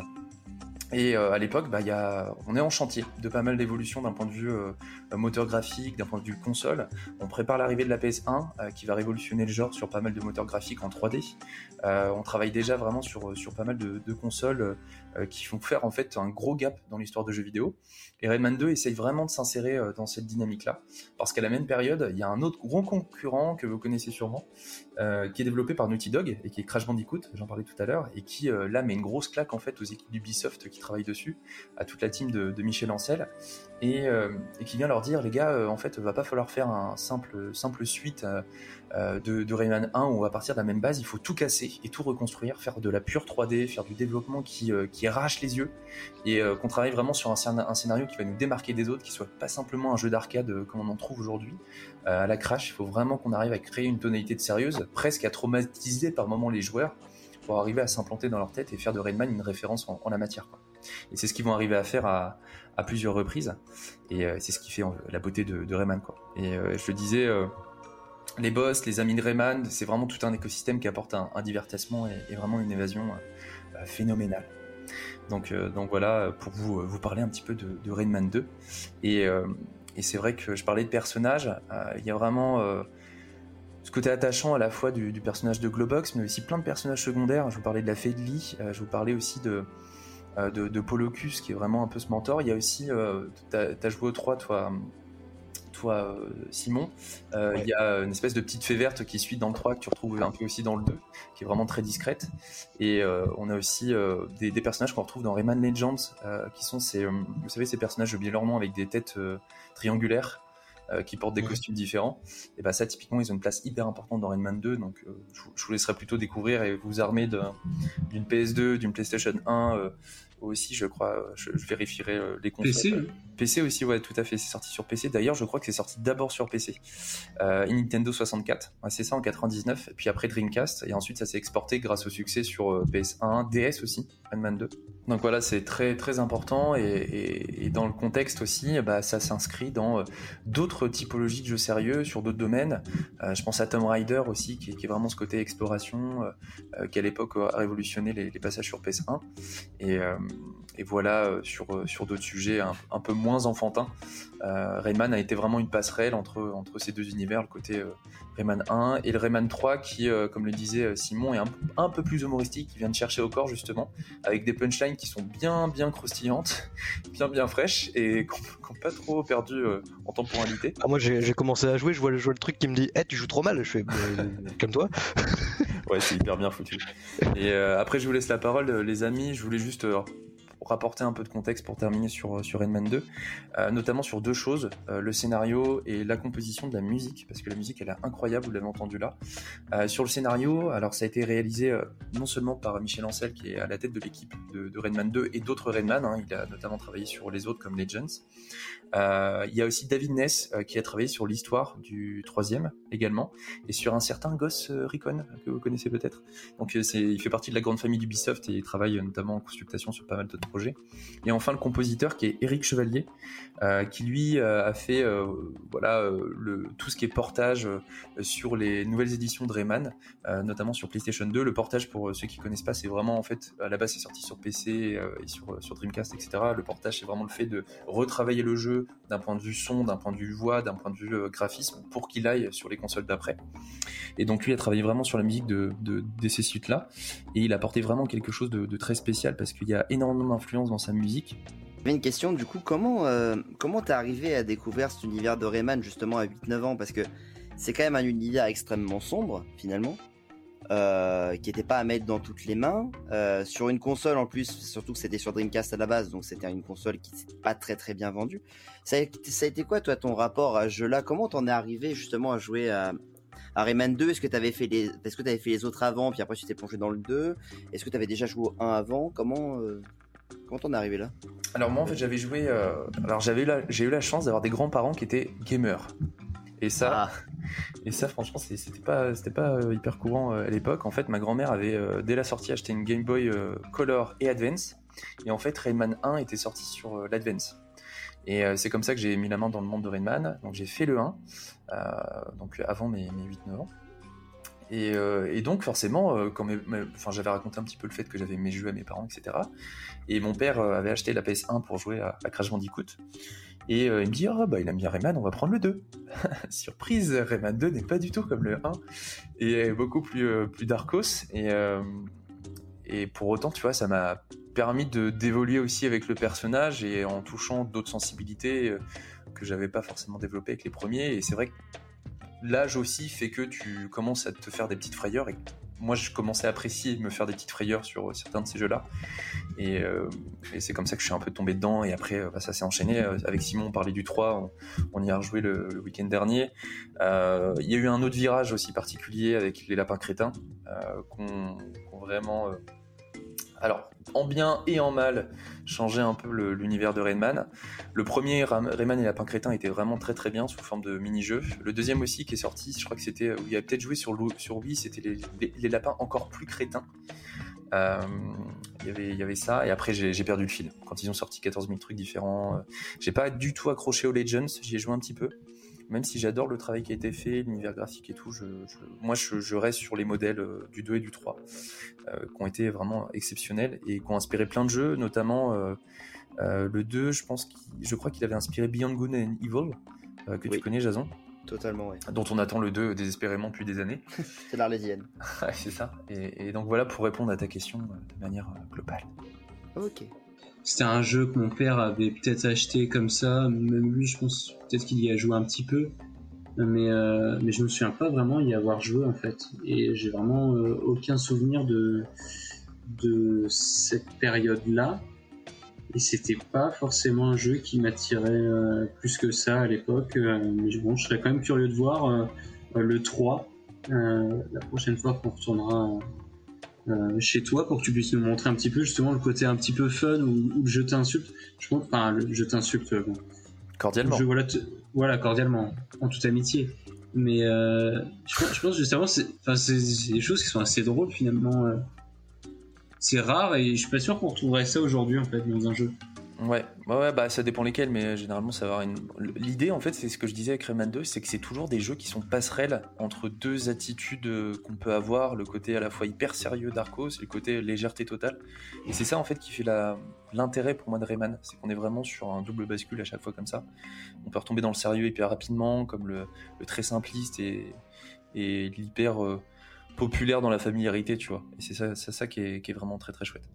Et euh, à l'époque, bah, y a, on est en chantier de pas mal d'évolutions d'un point de vue euh, moteur graphique, d'un point de vue console. On prépare l'arrivée de la P S un euh, qui va révolutionner le genre sur pas mal de moteurs graphiques en trois D. Euh, on travaille déjà vraiment sur, sur pas mal de, de consoles euh, qui font faire en fait un gros gap dans l'histoire de jeux vidéo. Et Rayman deux essaye vraiment de s'insérer euh, dans cette dynamique-là, parce qu'à la même période, il y a un autre gros concurrent que vous connaissez sûrement, euh, qui est développé par Naughty Dog et qui est Crash Bandicoot, j'en parlais tout à l'heure, et qui euh, là met une grosse claque en fait aux équipes d'Ubisoft qui travaillent dessus, à toute la team de, de Michel Ancel, et, euh, et qui vient leur dire les gars, euh, en fait, va pas falloir faire un simple simple suite euh, de, de Rayman un où on va partir de la même base, il faut tout casser et tout reconstruire, faire de la pure trois D, faire du développement qui euh, qui arrache les yeux, et euh, qu'on travaille vraiment sur un, un scénario qui va nous démarquer des autres, qui soit pas simplement un jeu d'arcade euh, comme on en trouve aujourd'hui euh, à la Crash. Il faut vraiment qu'on arrive à créer une tonalité de sérieuse, presque à traumatiser par moments les joueurs, pour arriver à s'implanter dans leur tête et faire de Rayman une référence en, en la matière, quoi. Et c'est ce qu'ils vont arriver à faire à, à plusieurs reprises, et euh, c'est ce qui fait euh, la beauté de, de Rayman, quoi. Et euh, je le disais, euh, les boss, les amis de Rayman, c'est vraiment tout un écosystème qui apporte un, un divertissement et, et vraiment une évasion euh, phénoménale. Donc, euh, donc voilà, pour vous, vous parler un petit peu de, de Rayman deux. Et, euh, et c'est vrai que je parlais de personnages, euh, il y a vraiment euh, ce côté attachant à la fois du, du personnage de Globox, mais aussi plein de personnages secondaires. Je vous parlais de la fée de Lee, euh, je vous parlais aussi de, euh, de, de Polocus, qui est vraiment un peu ce mentor. Il y a aussi, euh, t'as, t'as joué au trois, toi, toi Simon, euh, ouais. Il y a une espèce de petite fée verte qui suit dans le trois, que tu retrouves un peu aussi dans le deux, qui est vraiment très discrète. Et euh, on a aussi euh, des, des personnages qu'on retrouve dans Rayman Legends, euh, qui sont ces, euh, vous savez, ces personnages, j'ai oublié leur nom, avec des têtes euh, triangulaires, euh, qui portent des ouais. costumes différents. Et bah ça, typiquement, ils ont une place hyper importante dans Rayman deux, donc euh, je, je vous laisserai plutôt découvrir et vous armer de, d'une P S deux, d'une PlayStation un, euh, aussi, je crois, je, je vérifierai euh, les consoles. P C hein. P C aussi, ouais, tout à fait, c'est sorti sur P C. D'ailleurs, je crois que c'est sorti d'abord sur P C. Euh, et Nintendo soixante-quatre, ouais, c'est ça en quatre-vingt-dix-neuf, et puis après Dreamcast, et ensuite ça s'est exporté grâce au succès sur euh, P S un, D S aussi, Rayman deux. Donc voilà, c'est très très important, et, et, et dans le contexte aussi, bah, ça s'inscrit dans euh, d'autres typologies de jeux sérieux, sur d'autres domaines. Euh, je pense à Tomb Raider aussi, qui, qui est vraiment ce côté exploration, euh, qui à l'époque a révolutionné les, les passages sur P S un. Et, euh, et voilà, euh, sur, sur d'autres sujets un, un peu moins enfantins, euh, Rayman a été vraiment une passerelle entre, entre ces deux univers, le côté euh, Rayman un et le Rayman trois qui, euh, comme le disait Simon, est un, un peu plus humoristique, qui vient de chercher au corps justement, avec des punchlines qui sont bien bien croustillantes, bien bien fraîches, et qui n'ont pas trop perdu euh, en temporalité. Ah, moi j'ai, j'ai commencé à jouer, je vois, je vois le truc qui me dit hey, tu joues trop mal, je fais euh, comme toi. Ouais, c'est hyper bien foutu. Et euh, après je vous laisse la parole, les amis, je voulais juste euh, rapporter un peu de contexte pour terminer sur, sur Rayman deux, euh, notamment sur deux choses, euh, le scénario et la composition de la musique, parce que la musique elle est incroyable, vous l'avez entendu là. Euh, sur le scénario, alors ça a été réalisé euh, non seulement par Michel Ancel, qui est à la tête de l'équipe de, de Rayman deux et d'autres Rayman, hein, il a notamment travaillé sur les autres comme Legends. Euh, il y a aussi David Ness euh, qui a travaillé sur l'histoire du troisième également, et sur un certain Ghost Recon que vous connaissez peut-être. Donc euh, c'est, il fait partie de la grande famille d'Ubisoft et il travaille euh, notamment en consultation sur pas mal d'autres projets. Et enfin le compositeur qui est Éric Chevalier, euh, qui lui euh, a fait euh, voilà euh, le, tout ce qui est portage euh, sur les nouvelles éditions de Rayman, euh, notamment sur PlayStation deux. Le portage, pour euh, ceux qui connaissent pas, c'est vraiment en fait à la base c'est sorti sur P C euh, et sur, euh, sur Dreamcast, et cetera. Le portage c'est vraiment le fait de retravailler le jeu d'un point de vue son, d'un point de vue voix, d'un point de vue euh, graphisme, pour qu'il aille sur les consoles d'après. Et donc lui a travaillé vraiment sur la musique de, de, de ces suites-là, et il a apporté vraiment quelque chose de, de très spécial, parce qu'il y a énormément d'influence dans sa musique. J'avais une question, du coup, comment euh, comment t'es arrivé à découvrir cet univers de Rayman justement à huit neuf ans, parce que c'est quand même un univers extrêmement sombre, finalement. euh, qui n'était pas à mettre dans toutes les mains. Euh, sur une console en plus, surtout que c'était sur Dreamcast à la base, donc c'était une console qui s'est pas très très bien vendue. Ça a, ça a été quoi toi ton rapport à ce jeu-là? Comment t'en es arrivé justement à jouer à, à Rayman deux? Est-ce que t'avais fait les, est-ce que t'avais fait les autres avant, puis après tu t'es plongé dans le deux? Est-ce que t'avais déjà joué au un avant? Comment euh... Comment t'en es arrivé là? Alors moi en fait j'avais joué, euh... alors j'avais eu la... j'ai eu la chance d'avoir des grands-parents qui étaient gamers. Et ça, ah. et ça franchement c'était pas, c'était pas hyper courant à l'époque. En fait ma grand-mère avait euh, dès la sortie acheté une Game Boy euh, Color et Advance. Et en fait Rayman un était sorti sur euh, l'Advance. Et euh, c'est comme ça que j'ai mis la main dans le monde de Rayman. Donc j'ai fait le un, euh, donc avant mes, mes huit neuf ans. Et, euh, et donc forcément, euh, quand mes, mes, enfin, j'avais raconté un petit peu le fait que j'avais mes jeux à mes parents, et cetera. Et mon père euh, avait acheté la P S un pour jouer à, à Crash Bandicoot. Et euh, il me dit, oh, bah, il aime bien Rayman, on va prendre le deux. Surprise, Rayman deux n'est pas du tout comme le un. Et beaucoup plus, euh, plus darkos. Et, euh, et pour autant, tu vois, ça m'a permis de, d'évoluer aussi avec le personnage et en touchant d'autres sensibilités euh, que j'avais pas forcément développées avec les premiers. Et c'est vrai que l'âge aussi fait que tu commences à te faire des petites frayeurs et moi je commençais à apprécier me faire des petites frayeurs sur certains de ces jeux-là et, euh, et c'est comme ça que je suis un peu tombé dedans et après bah, ça s'est enchaîné. Avec Simon on parlait du trois, on, on y a rejoué le, le week-end dernier. Euh, il y a eu un autre virage aussi particulier avec les lapins crétins euh, qu'on, qu'on vraiment euh, alors en bien et en mal changer un peu le, l'univers de Rayman. Le premier Rayman et Lapin Crétin était vraiment très très bien sous forme de mini-jeu. Le deuxième aussi qui est sorti, je crois que c'était où il y avait peut-être joué sur, sur Wii, c'était les, les, les lapins encore plus crétins. Euh, il y avait, il y avait ça et après j'ai, j'ai perdu le fil quand ils ont sorti quatorze mille trucs différents. Euh, j'ai pas du tout accroché aux Legends, j'y ai joué un petit peu. Même si j'adore le travail qui a été fait, l'univers graphique et tout, je, je, moi je, je reste sur les modèles euh, du deux et du trois, euh, qui ont été vraiment exceptionnels et qui ont inspiré plein de jeux, notamment euh, euh, le deux, je pense qu'il, je crois qu'il avait inspiré Beyond Good and Evil, euh, que oui. Tu connais Jason? Totalement, oui. Dont on attend le deux désespérément depuis des années. C'est l'Arlésienne. Ouais, c'est ça. Et, et donc voilà pour répondre à ta question de manière globale. Ok. C'était un jeu que mon père avait peut-être acheté comme ça, même lui je pense peut-être qu'il y a joué un petit peu, mais, euh, mais je me souviens pas vraiment y avoir joué en fait, et j'ai vraiment euh, aucun souvenir de, de cette période-là, et c'était pas forcément un jeu qui m'attirait euh, plus que ça à l'époque, euh, mais bon, je serais quand même curieux de voir euh, le trois, euh, la prochaine fois qu'on retournera... Euh, chez toi pour que tu puisses nous montrer un petit peu justement le côté un petit peu fun ou, ou le jeu t'insulte. Je pense, enfin le jeu t'insulte euh, bon. Cordialement. Je, voilà, te, voilà, cordialement, en toute amitié. Mais euh, je, pense, je pense justement, c'est, enfin, c'est, c'est des choses qui sont assez drôles finalement. Euh. C'est rare et je suis pas sûr qu'on retrouverait ça aujourd'hui en fait dans un jeu. Ouais, ouais, ouais, bah ça dépend lesquels, mais généralement ça va avoir une. L'idée en fait, c'est ce que je disais avec Rayman deux, c'est que c'est toujours des jeux qui sont passerelles entre deux attitudes qu'on peut avoir, le côté à la fois hyper sérieux d'Arcos et le côté légèreté totale. Et c'est ça en fait qui fait la... l'intérêt pour moi de Rayman, c'est qu'on est vraiment sur un double bascule à chaque fois comme ça. On peut retomber dans le sérieux hyper rapidement, comme le, le très simpliste et, et l'hyper euh, populaire dans la familiarité, tu vois. Et c'est ça, c'est ça qui est, qui est vraiment très très chouette.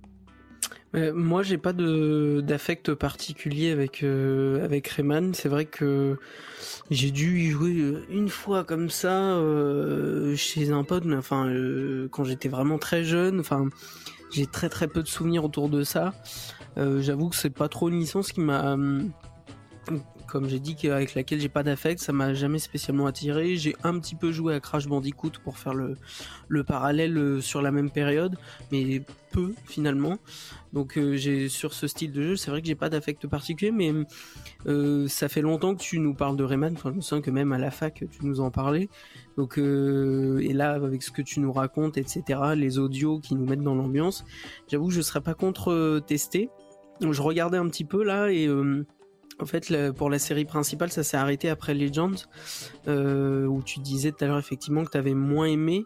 Euh, moi, j'ai pas de d'affect particulier avec euh, avec Rayman. C'est vrai que j'ai dû y jouer une fois comme ça euh, chez un pote, mais enfin euh, quand j'étais vraiment très jeune. Enfin, j'ai très très peu de souvenirs autour de ça. Euh, j'avoue que c'est pas trop une licence qui m'a, comme j'ai dit, avec laquelle j'ai pas d'affect. Ça m'a jamais spécialement attiré. J'ai un petit peu joué à Crash Bandicoot pour faire le le parallèle sur la même période, mais peu finalement. Donc euh, j'ai sur ce style de jeu, c'est vrai que j'ai pas d'affect particulier, mais euh, ça fait longtemps que tu nous parles de Rayman. Enfin, je me sens que même à la fac, tu nous en parlais. Donc euh, et là, avec ce que tu nous racontes, et cetera, les audios qui nous mettent dans l'ambiance, j'avoue que je serais pas contre euh, tester. Donc, je regardais un petit peu là et euh, en fait, la, pour la série principale, ça s'est arrêté après Legends, euh, où tu disais tout à l'heure effectivement que t'avais moins aimé.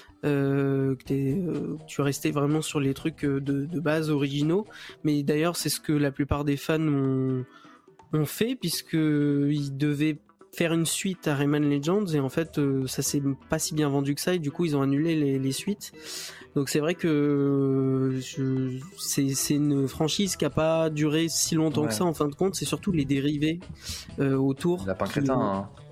Euh, que, euh, que tu restais vraiment sur les trucs de, de base originaux, mais d'ailleurs c'est ce que la plupart des fans ont, ont fait, puisque ils devaient faire une suite à Rayman Legends et en fait euh, ça s'est pas si bien vendu que ça et du coup ils ont annulé les, les suites. Donc c'est vrai que je, c'est, c'est une franchise qui a pas duré si longtemps ouais. que ça en fin de compte, c'est surtout les dérivés euh, autour. Lapin Crétin, hein.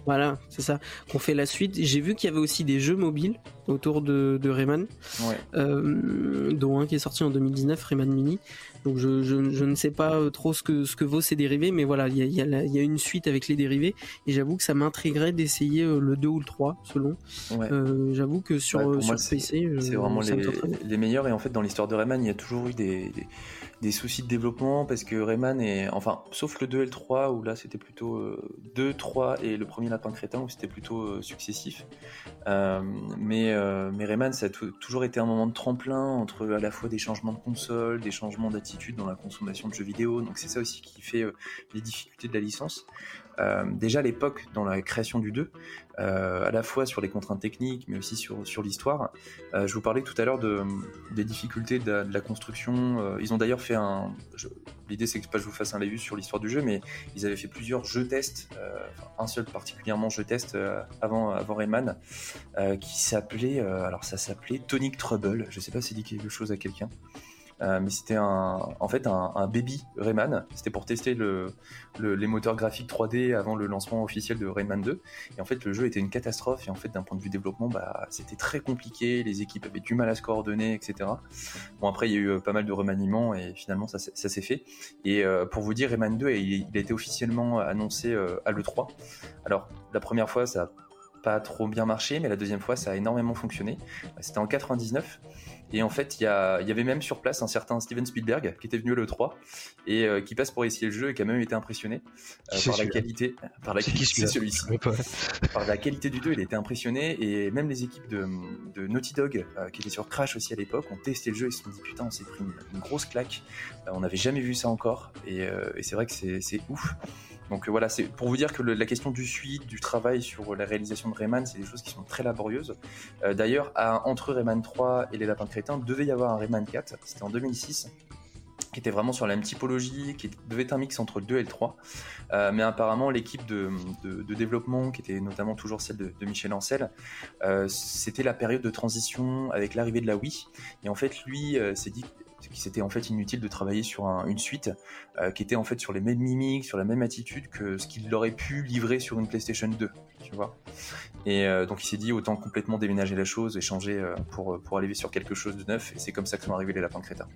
Voilà, c'est ça, qu'on fait la suite. J'ai vu qu'il y avait aussi des jeux mobiles autour de, de Rayman, Ouais. euh, dont un qui est sorti en deux mille dix-neuf, Rayman Mini. Donc je, je, je ne sais pas trop ce que, ce que vaut ces dérivés, mais voilà, il y a, il y a la- il y a une suite avec les dérivés, et j'avoue que ça m'intriguerait d'essayer euh, le deux ou le trois, selon. Ouais. Euh, j'avoue que sur, Ouais, pour euh, moi, sur c'est- P C, euh, C'est vraiment ça me les, tenterait bien. les meilleurs. Et en fait, dans l'histoire de Rayman, il y a toujours eu des, des, des soucis de développement parce que Rayman est. Enfin, sauf le deux et le trois, où là c'était plutôt euh, deux, trois et le premier lapin crétin, où c'était plutôt euh, successif. Euh, mais, euh, mais Rayman, ça a tou- toujours été un moment de tremplin entre à la fois des changements de console, des changements d'attitude dans la consommation de jeux vidéo. Donc c'est ça aussi qui fait euh, les difficultés de la licence. Euh, déjà à l'époque, dans la création du deux, euh, à la fois sur les contraintes techniques, mais aussi sur, sur l'histoire. Euh, je vous parlais tout à l'heure de, des difficultés de la, de la construction. Euh, ils ont d'ailleurs fait un... je- L'idée, c'est que pas que je vous fasse un laïus sur l'histoire du jeu, mais ils avaient fait plusieurs jeux tests, euh, enfin, un seul particulièrement jeu test euh, avant, avant Rayman, euh, qui s'appelait... euh, alors ça s'appelait Tonic Trouble. Je sais pas si ça dit quelque chose à quelqu'un. Euh, mais c'était un, en fait un, un baby Rayman. C'était pour tester le, le- les moteurs graphiques trois D avant le lancement officiel de Rayman deux. Et en fait, le jeu était une catastrophe. Et en fait, d'un point de vue développement, bah, c'était très compliqué. Les équipes avaient du mal à se coordonner, et cetera. Bon, après, il y a eu euh, pas mal de remaniements et finalement, ça, s'est- ça s'est fait. Et euh, pour vous dire, Rayman deux, il, il a été officiellement annoncé euh, à l'E trois. Alors, la première fois, ça a pas trop bien marché, mais la deuxième fois, ça a énormément fonctionné. C'était en quatre-vingt-dix-neuf. Et en fait, il y, a- il y avait même sur place un certain Steven Spielberg qui était venu à l'E trois et euh, qui passe pour essayer le jeu et qui a même été impressionné euh, Qui c'est par la celui-là qualité, par la C'est qui qualité, celui-là celui-ci, Je connais pas. par la qualité du deux. Il a été impressionné et même les équipes de, de Naughty Dog euh, qui étaient sur Crash aussi à l'époque ont testé le jeu et se sont dit putain, on s'est pris une, une grosse claque. Euh, on n'avait jamais vu ça encore et, euh, et c'est vrai que c'est c'est ouf. Donc euh, voilà, c'est pour vous dire que le- la question du suite, du travail sur la réalisation de Rayman, c'est des choses qui sont très laborieuses. Euh, D'ailleurs, à- entre Rayman trois et Les Lapins Crétins, devait y avoir un Rayman quatre, c'était en deux mille six, qui était vraiment sur la même typologie, qui devait être un mix entre le deux et le trois. Euh, mais apparemment, l'équipe de, de- de développement, qui était notamment toujours celle de, de Michel Ancel, euh, c'était la période de transition avec l'arrivée de la Wii. Et en fait, lui euh, s'est dit qu'il c'était en fait inutile de travailler sur un- une suite euh, qui était en fait sur les mêmes mimiques, sur la même attitude que ce qu'il aurait pu livrer sur une PlayStation deux, tu vois. Et euh, donc il s'est dit autant complètement déménager la chose et changer euh, pour, pour aller sur quelque chose de neuf. Et c'est comme ça que sont arrivés les Lapins Crétins.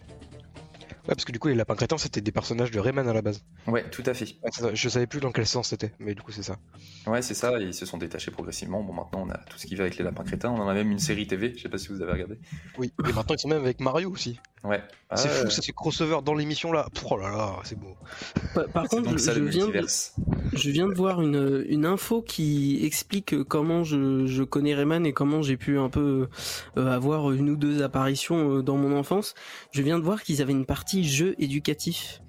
Ouais, parce que du coup, les lapins crétins, c'était des personnages de Rayman à la base. Ouais, tout à fait. Ouais, c'est ça. Je savais plus dans quel sens c'était, mais du coup, c'est ça. Ouais, c'est ça, et ils se sont détachés progressivement. Bon, maintenant on a tout ce qui va avec les Lapins Crétins. On en a même une série T V, je sais pas si vous avez regardé. Oui, et maintenant, ils sont même avec Mario aussi. Ouais. C'est Ah, fou, ouais. ça, ces crossover dans l'émission là. Pff, Oh là là, c'est beau. Par, par C'est contre, donc je, ça je le viens de, multiverse. je viens de voir une, une info qui explique comment je, je connais Rayman et comment j'ai pu un peu euh, avoir une ou deux apparitions euh, dans mon enfance. Je viens de voir qu'ils avaient une partie jeu éducatif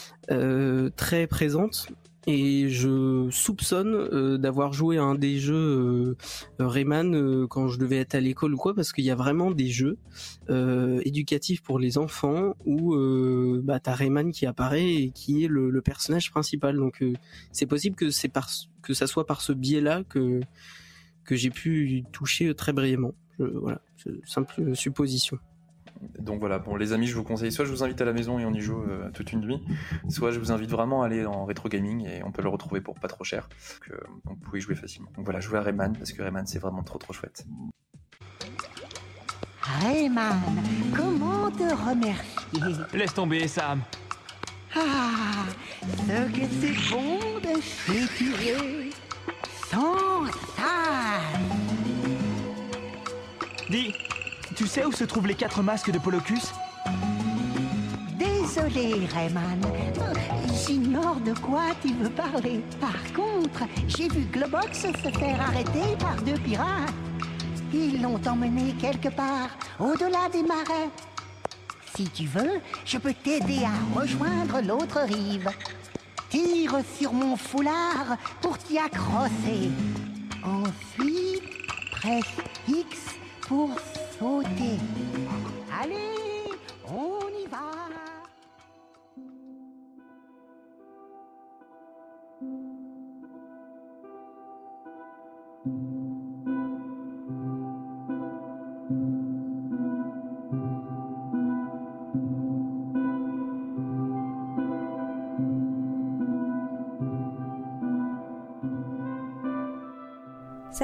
euh, très présente. Et je soupçonne euh, d'avoir joué à un des jeux euh, Rayman euh, quand je devais être à l'école ou quoi, parce qu'il y a vraiment des jeux euh, éducatifs pour les enfants où euh, bah, t'as Rayman qui apparaît et qui est le, le personnage principal. Donc euh, c'est possible que c'est par que ça soit par ce biais-là que que j'ai pu y toucher très brièvement. Je, voilà, c'est une simple supposition. Donc voilà, bon les amis, je vous conseille, soit je vous invite à la maison et on y joue euh, toute une nuit, soit je vous invite vraiment à aller en rétro gaming et on peut le retrouver pour pas trop cher, donc, euh, donc vous pouvez y jouer facilement. Donc voilà, jouez à Rayman parce que Rayman c'est vraiment trop trop chouette. Rayman, comment te remercier? Laisse tomber, Sam. Ah, ce que c'est bon de s'étirer sans cesse. Dis, tu sais où se trouvent les quatre masques de Polocus? Désolé, Rayman. J'ignore de quoi tu veux parler. Par contre, j'ai vu Globox se faire arrêter par deux pirates. Ils l'ont emmené quelque part, au-delà des marais. Si tu veux, je peux t'aider à rejoindre l'autre rive. Tire sur mon foulard pour t'y accrocher. Ensuite, presse X pour sauter. Allez, on y va.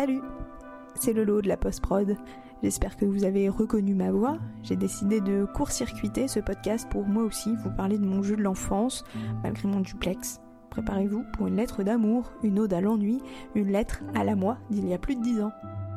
Salut, c'est Lolo de la post-prod. J'espère que vous avez reconnu ma voix. J'ai décidé de court-circuiter ce podcast pour moi aussi vous parler de mon jeu de l'enfance, malgré mon duplex. Préparez-vous pour une lettre d'amour, une ode à l'ennui, une lettre à la moi d'il y a plus de dix ans.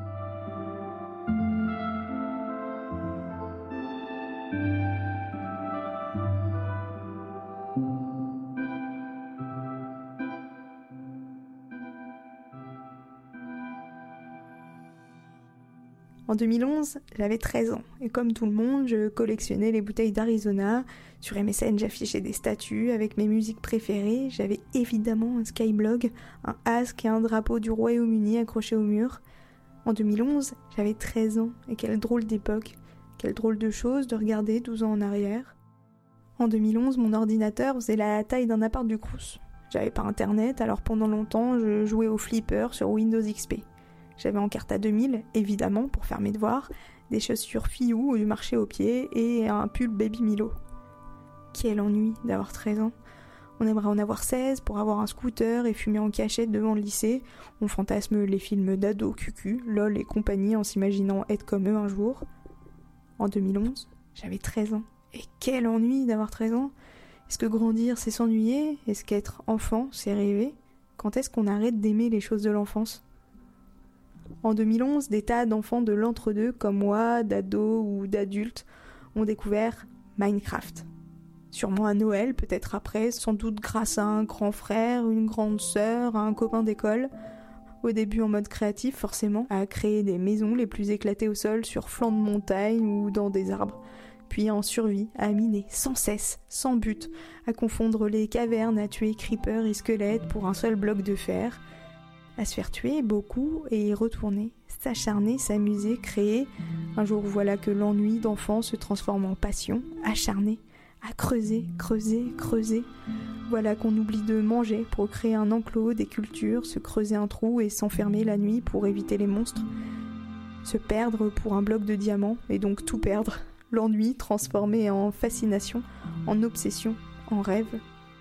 En deux mille onze, j'avais treize ans, et comme tout le monde, je collectionnais les bouteilles d'Arizona. Sur M S N, j'affichais des statuts avec mes musiques préférées. J'avais évidemment un Skyblog, un Ask et un drapeau du Royaume-Uni accroché au mur. En deux mille onze, j'avais treize ans, et quelle drôle d'époque, quelle drôle de chose de regarder douze ans en arrière. En deux mille onze, mon ordinateur faisait la taille d'un appart du Crous. J'avais pas internet, alors pendant longtemps, je jouais au flipper sur Windows X P. J'avais en carte à deux mille, évidemment, pour faire mes devoirs, des chaussures Fiou du marché aux pieds et un pull Baby Milo. Quel ennui d'avoir treize ans. On aimerait en avoir seize pour avoir un scooter et fumer en cachette devant le lycée. On fantasme les films d'ado cucu, lol et compagnie en s'imaginant être comme eux un jour. En deux mille onze, j'avais treize ans. Et quel ennui d'avoir treize ans. Est-ce que grandir c'est s'ennuyer ? Est-ce qu'être enfant c'est rêver ? Quand est-ce qu'on arrête d'aimer les choses de l'enfance ? En deux mille onze, des tas d'enfants de l'entre-deux, comme moi, d'ados ou d'adultes, ont découvert Minecraft. Sûrement à Noël, peut-être après, sans doute grâce à un grand frère, une grande sœur, un copain d'école. Au début en mode créatif, forcément, à créer des maisons les plus éclatées au sol sur flanc de montagne ou dans des arbres. Puis en survie, à miner sans cesse, sans but, à confondre les cavernes, à tuer creepers et squelettes pour un seul bloc de fer, à se faire tuer beaucoup et y retourner, s'acharner, s'amuser, créer. Un jour voilà que l'ennui d'enfant se transforme en passion, acharné, à creuser, creuser, creuser. Voilà qu'on oublie de manger pour créer un enclos, des cultures, se creuser un trou et s'enfermer la nuit pour éviter les monstres. Se perdre pour un bloc de diamants et donc tout perdre. L'ennui transformé en fascination, en obsession, en rêve.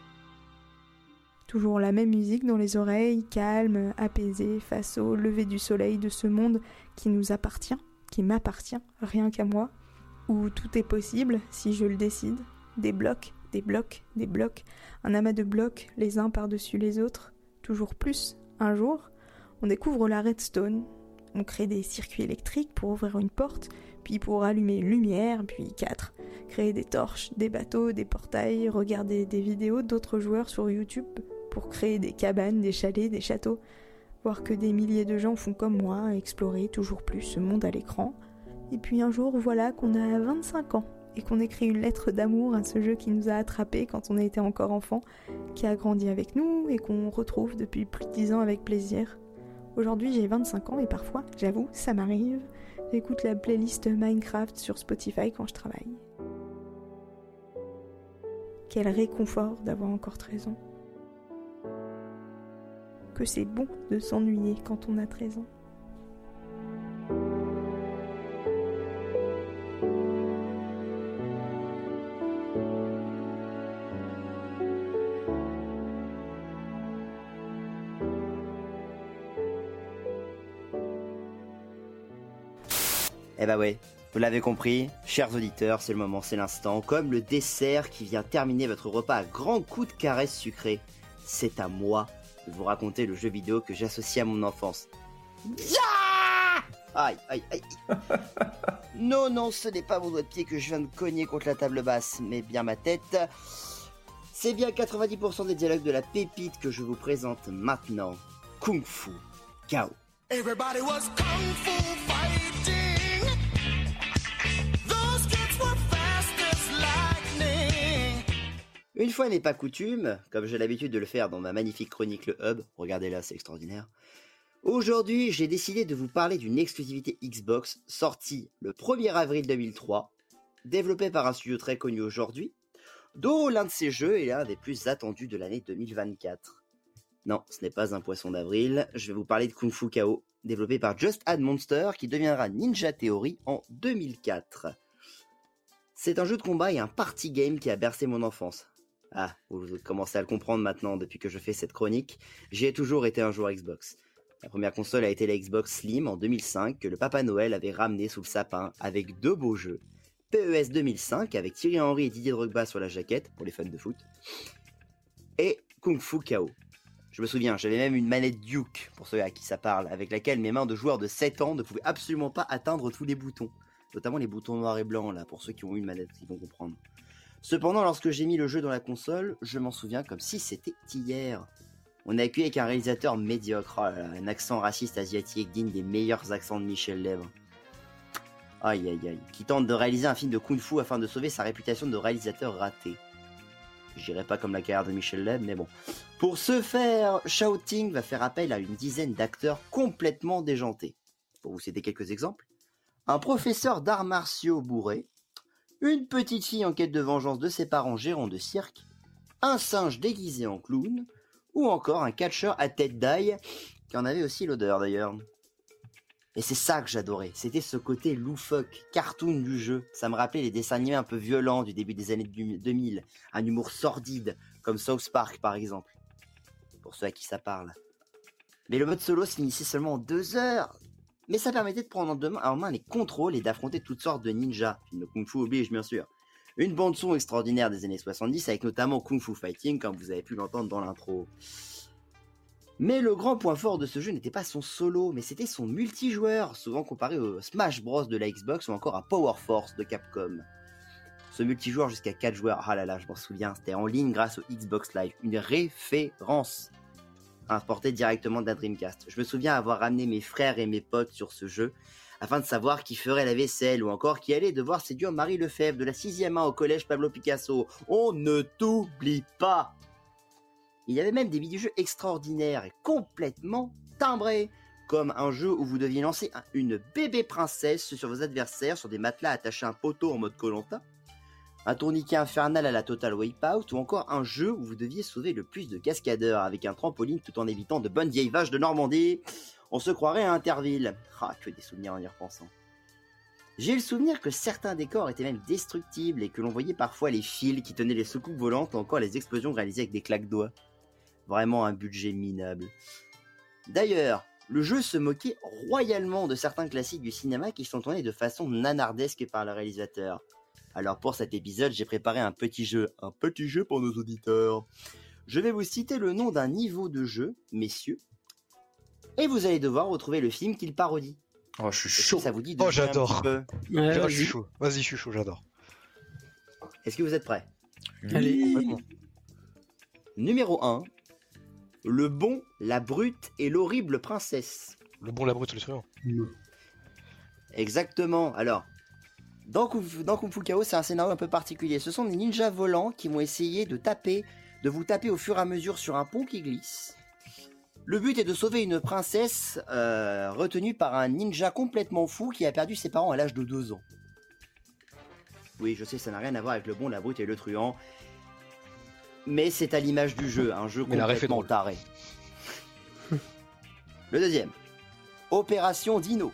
Toujours la même musique dans les oreilles, calme, apaisée, face au lever du soleil de ce monde qui nous appartient, qui m'appartient, rien qu'à moi, où tout est possible si je le décide. Des blocs, des blocs, des blocs, un amas de blocs les uns par-dessus les autres, toujours plus. Un jour, on découvre la redstone, on crée des circuits électriques pour ouvrir une porte, puis pour allumer une lumière, puis quatre. Créer des torches, des bateaux, des portails, regarder des vidéos d'autres joueurs sur YouTube pour créer des cabanes, des chalets, des châteaux. Voir que des milliers de gens font comme moi, explorer toujours plus ce monde à l'écran. Et puis un jour, voilà qu'on a vingt-cinq ans et qu'on écrit une lettre d'amour à ce jeu qui nous a attrapés quand on était encore enfant, qui a grandi avec nous et qu'on retrouve depuis plus de dix ans avec plaisir. Aujourd'hui, j'ai vingt-cinq ans et parfois, j'avoue, ça m'arrive, j'écoute la playlist Minecraft sur Spotify quand je travaille. Quel réconfort d'avoir encore treize ans. Que c'est bon de s'ennuyer quand on a treize ans. Eh bah ouais, vous l'avez compris, chers auditeurs, c'est le moment, c'est l'instant, comme le dessert qui vient terminer votre repas à grands coups de caresses sucrées. C'est à moi de vous raconter le jeu vidéo que j'associe à mon enfance. Yeah aïe, aïe, aïe. Non, non, ce n'est pas mon doigt de pied que je viens de cogner contre la table basse, mais bien ma tête. C'est bien quatre-vingt-dix pour cent des dialogues de la pépite que je vous présente maintenant. Kung Fu Kao. Everybody was kung fu fighting. Those kids were fast as lightning. Une fois n'est pas coutume, comme j'ai l'habitude de le faire dans ma magnifique chronique Le Hub, regardez-la, c'est extraordinaire. Aujourd'hui, j'ai décidé de vous parler d'une exclusivité Xbox sortie le premier avril deux mille trois, développée par un studio très connu aujourd'hui, dont l'un de ces jeux est l'un des plus attendus de l'année deux mille vingt-quatre. Non, ce n'est pas un poisson d'avril, je vais vous parler de Kung Fu Kao, développé par Just Add Monster, qui deviendra Ninja Theory en deux mille quatre. C'est un jeu de combat et un party game qui a bercé mon enfance. Ah, vous commencez à le comprendre maintenant depuis que je fais cette chronique, j'ai toujours été un joueur Xbox. La première console a été la Xbox Slim en deux mille cinq que le Papa Noël avait ramené sous le sapin avec deux beaux jeux. P E S deux mille cinq avec Thierry Henry et Didier Drogba sur la jaquette pour les fans de foot. Et Kung Fu K O. Je me souviens, j'avais même une manette Duke, pour ceux à qui ça parle, avec laquelle mes mains de joueurs de sept ans ne pouvaient absolument pas atteindre tous les boutons. Notamment les boutons noirs et blancs, là, pour ceux qui ont eu une manette, qui vont comprendre. Cependant, lorsque j'ai mis le jeu dans la console, je m'en souviens comme si c'était hier. On a accueilli avec un réalisateur médiocre, oh là là, un accent raciste asiatique digne des meilleurs accents de Michel Lèvre. Aïe aïe aïe, qui tente de réaliser un film de Kung Fu afin de sauver sa réputation de réalisateur raté. Je dirais pas comme la carrière de Michel Leb, mais bon. Pour ce faire, Shao Ting va faire appel à une dizaine d'acteurs complètement déjantés. Pour vous citer quelques exemples. Un professeur d'arts martiaux bourré, une petite fille en quête de vengeance de ses parents gérants de cirque, un singe déguisé en clown, ou encore un catcheur à tête d'ail, qui en avait aussi l'odeur d'ailleurs. Et c'est ça que j'adorais, c'était ce côté loufoque, cartoon du jeu. Ça me rappelait les dessins animés un peu violents du début des années deux mille, un humour sordide, comme South Park par exemple, pour ceux à qui ça parle. Mais le mode solo s'initiait seulement en deux heures, mais ça permettait de prendre en main les contrôles et d'affronter toutes sortes de ninjas, film de Kung Fu oblige bien sûr. Une bande son extraordinaire des années soixante-dix avec notamment Kung Fu Fighting, comme vous avez pu l'entendre dans l'intro. Mais le grand point fort de ce jeu n'était pas son solo, mais c'était son multijoueur, souvent comparé au Smash Bros de la Xbox ou encore à Power Force de Capcom. Ce multijoueur jusqu'à quatre joueurs, ah là là, je m'en souviens, c'était en ligne grâce au Xbox Live, une référence importée directement de la Dreamcast. Je me souviens avoir ramené mes frères et mes potes sur ce jeu, afin de savoir qui ferait la vaisselle ou encore qui allait devoir séduire Marie Lefebvre de la sixième A au collège Pablo Picasso. On ne t'oublie pas! Il y avait même des mini-jeux extraordinaires et complètement timbrés, comme un jeu où vous deviez lancer une bébé princesse sur vos adversaires sur des matelas attachés à un poteau en mode Koh-Lanta, un tourniquet infernal à la Total Wipeout, ou encore un jeu où vous deviez sauver le plus de cascadeurs avec un trampoline tout en évitant de bonnes vieilles vaches de Normandie. On se croirait à Interville. Ah, que des souvenirs en y repensant. J'ai le souvenir que certains décors étaient même destructibles et que l'on voyait parfois les fils qui tenaient les soucoupes volantes ou encore les explosions réalisées avec des claques-doigts. Vraiment un budget minable. D'ailleurs, le jeu se moquait royalement de certains classiques du cinéma qui sont tournés de façon nanardesque par le réalisateur. Alors pour cet épisode, j'ai préparé un petit jeu, un petit jeu pour nos auditeurs. Je vais vous citer le nom d'un niveau de jeu, messieurs, et vous allez devoir retrouver le film qu'il parodie. Oh, je suis chaud. Ça vous dit de oh, jouer un j'adore. petit peu ? Ouais, je suis chaud. Vas-y, je suis chaud, j'adore. Est-ce que vous êtes prêts ? Allez. Numéro un. Le bon, la brute et l'horrible princesse. Le bon, la brute, le truand. Exactement. Alors, dans Kung Fu, dans Kung Fu K O, c'est un scénario un peu particulier. Ce sont des ninjas volants qui vont essayer de taper, de vous taper au fur et à mesure sur un pont qui glisse. Le but est de sauver une princesse euh, retenue par un ninja complètement fou qui a perdu ses parents à l'âge de deux ans. Oui, je sais, ça n'a rien à voir avec le bon, la brute et le truand. Mais c'est à l'image du jeu, un jeu Mais complètement taré. Le deuxième. Opération Dino.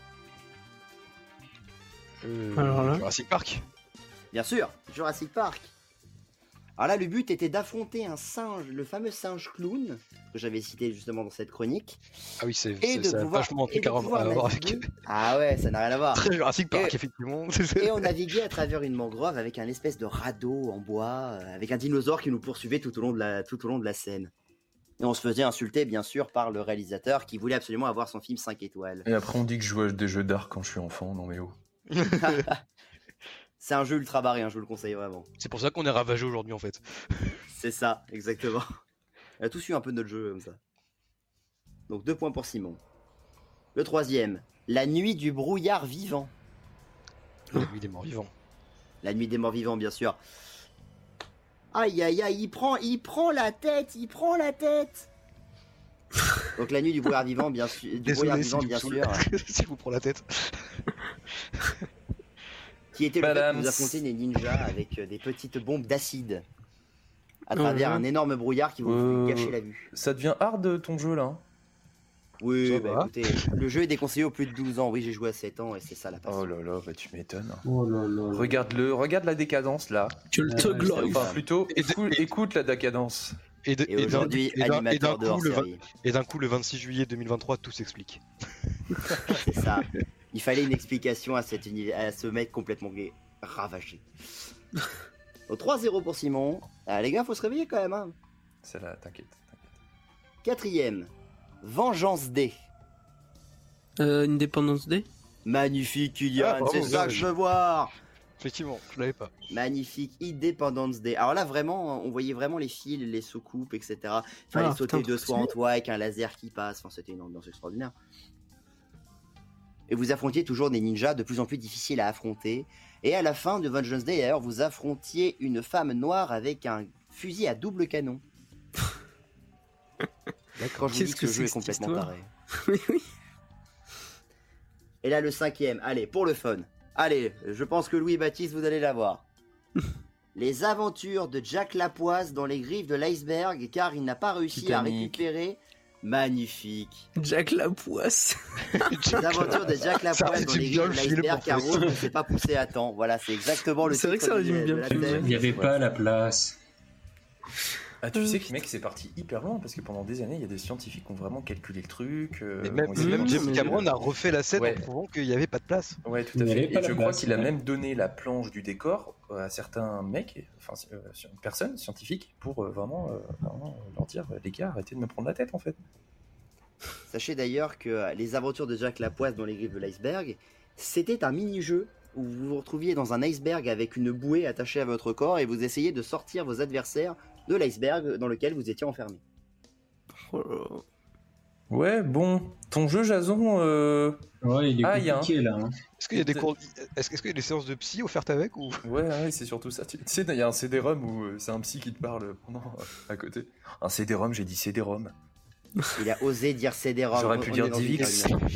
Euh, Alors là. Jurassic Park. Bien sûr, Jurassic Park. Alors là, le but était d'affronter un singe, le fameux singe clown, que j'avais cité justement dans cette chronique. Ah oui, c'est, Et c'est, de ça a pouvoir- vachement un et truc de à pouvoir voir naviguer- avec. Ah ouais, ça n'a rien à voir. Très Jurassic Park, Et- effectivement. Et on naviguait à travers une mangrove avec un espèce de radeau en bois, euh, avec un dinosaure qui nous poursuivait tout au long de la, tout au long de la scène. Et on se faisait insulter, bien sûr, par le réalisateur qui voulait absolument avoir son film cinq étoiles. Et après, on dit que je joue à des jeux d'art quand je suis enfant. Non, mais oh. C'est un jeu ultra barré, hein, je vous le conseille vraiment. C'est pour ça qu'on est ravagé aujourd'hui, en fait. C'est ça, exactement. On a tous eu un peu de notre jeu comme ça. Donc deux points pour Simon. Le troisième, la nuit du brouillard vivant. La nuit des morts vivants. La nuit des morts vivants, bien sûr. Aïe aïe aïe, il prend, il prend la tête, il prend la tête. Donc la nuit du brouillard vivant, bien sûr, du Désolé brouillard si vivant, je bien vous sûr, saoule. Si je vous prends la tête. qui était le fait Madame. de vous affronter des ninjas avec euh, des petites bombes d'acide à Mhm. travers un énorme brouillard qui vous Euh, gâcher la vue. Ça devient hard ton jeu là. Oui, ça bah va. écoutez, le jeu est déconseillé aux plus de douze ans. Oui, j'ai joué à sept ans et c'est ça la passion. Oh là là, bah tu m'étonnes. Oh là là. Regarde-le, regarde la décadence là. Que le Tug Life. Enfin plutôt, Et- écoute, écoute la décadence. Et, de- Et et d'un- aujourd'hui, et d'un- et d'un animateur de coup, le hors-série. vingt- et d'un coup, le vingt-six juillet deux mille vingt-trois, tout s'explique. C'est ça. Il fallait une explication à, cet uni- à ce mec complètement gay, ravagé. Au trois zéro pour Simon. Ah, les gars, faut se réveiller quand même. Hein. Celle-là, t'inquiète, t'inquiète. Quatrième, Vengeance D. Euh, Independence Day. Magnifique, Kylian, Ah, bravo, c'est ça bien que vu. je veux voir. Effectivement, je l'avais pas. Magnifique, Independence Day. Alors là, vraiment, on voyait vraiment les fils, les soucoupes, et cetera. Il fallait Ah, sauter putain, de trop soi en stylé. toi avec un laser qui passe. Enfin, c'était une ambiance extraordinaire. Et vous affrontiez toujours des ninjas de plus en plus difficiles à affronter. Et à la fin de Vengeance Day, d'ailleurs, vous affrontiez une femme noire avec un fusil à double canon. Quand je vous dis Qu'est-ce que que ce jeu c'est est que cette complètement histoire taré. Oui, oui. Et là, le cinquième, allez, pour le fun. Allez, je pense que Louis-Baptiste, vous allez l'avoir. Les aventures de Jack Lapoisse dans les griffes de l'iceberg, car il n'a pas réussi à Titanic. récupérer. Magnifique. Jack Lapoisse. Les aventures de Jack Ça Lapoisse dans résume les bien griffes de le film, l'iceberg, en car fait. Rose ne s'est pas poussé à temps. Voilà, c'est exactement le C'est vrai titre que ça du- résume bien de le la film, thèse. Il n'y avait pas la place. Ah, tu sais que mec, c'est parti hyper loin parce que pendant des années, il y a des scientifiques qui ont vraiment calculé le truc. euh, Et même, ont et essayé même de- James mais- Cameron a refait la scène Ouais. en prouvant qu'il n'y avait pas de place. Ouais, tout Il à n'y fait. avait pas Et la je crois place, qu'il a ouais. même donné la planche du décor à certains mecs, enfin, euh, une personne scientifique, pour euh, vraiment, euh, vraiment leur dire les gars, arrêtez de me prendre la tête en fait. Sachez d'ailleurs que les aventures de Jack Lapoisse dans les griffes de l'iceberg, c'était un mini-jeu où vous vous retrouviez dans un iceberg avec une bouée attachée à votre corps et vous essayez de sortir vos adversaires de l'iceberg dans lequel vous étiez enfermé. Oh là là. Ouais, bon, ton jeu, Jason, euh... Ouais, il est Ah, il y a un- compliqué là. hein. Est-ce qu'il y a des cours... Est-ce est-ce qu'il y a des séances de psy offertes avec ou ouais, ouais, c'est surtout ça. Tu tu sais, il y a un C D-ROM où euh, c'est un psy qui te parle pendant à côté. Un C D-ROM, j'ai dit C D-ROM. Il a osé dire C D-ROM. J'aurais pu On dire est dans une DivX. image.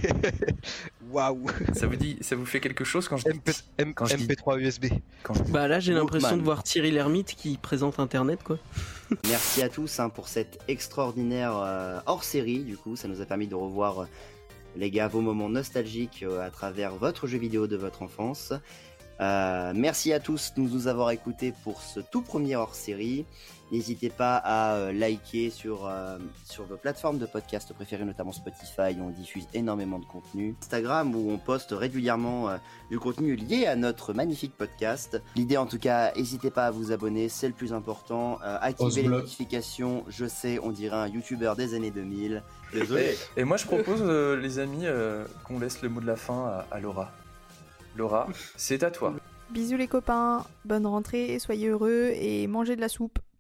Waouh. Ça vous dit, ça vous fait quelque chose quand je dis M P M- Quand je dis- M P trois U S B. quand je dis- Bah là, j'ai l'impression Walkman. de voir Thierry Lhermitte qui présente Internet, quoi. Merci à tous hein, pour cette extraordinaire euh, hors-série. Du coup, ça nous a permis de revoir, euh, les gars, vos moments nostalgiques euh, à travers votre jeu vidéo de votre enfance. Euh, merci à tous de nous avoir écoutés pour ce tout premier hors-série. N'hésitez pas à euh, liker sur, euh, sur vos plateformes de podcast préférées, notamment Spotify, où on diffuse énormément de contenu. Instagram, où on poste régulièrement euh, du contenu lié à notre magnifique podcast. L'idée, en tout cas, n'hésitez pas à vous abonner, c'est le plus important. Euh, activez les Osblock. notifications. Je sais, on dirait un youtubeur des années deux mille. Désolé. Et, et moi, je propose, euh, les amis, euh, qu'on laisse le mot de la fin à, à Laura. Laura, c'est à toi. Bisous les copains, bonne rentrée, soyez heureux et mangez de la soupe.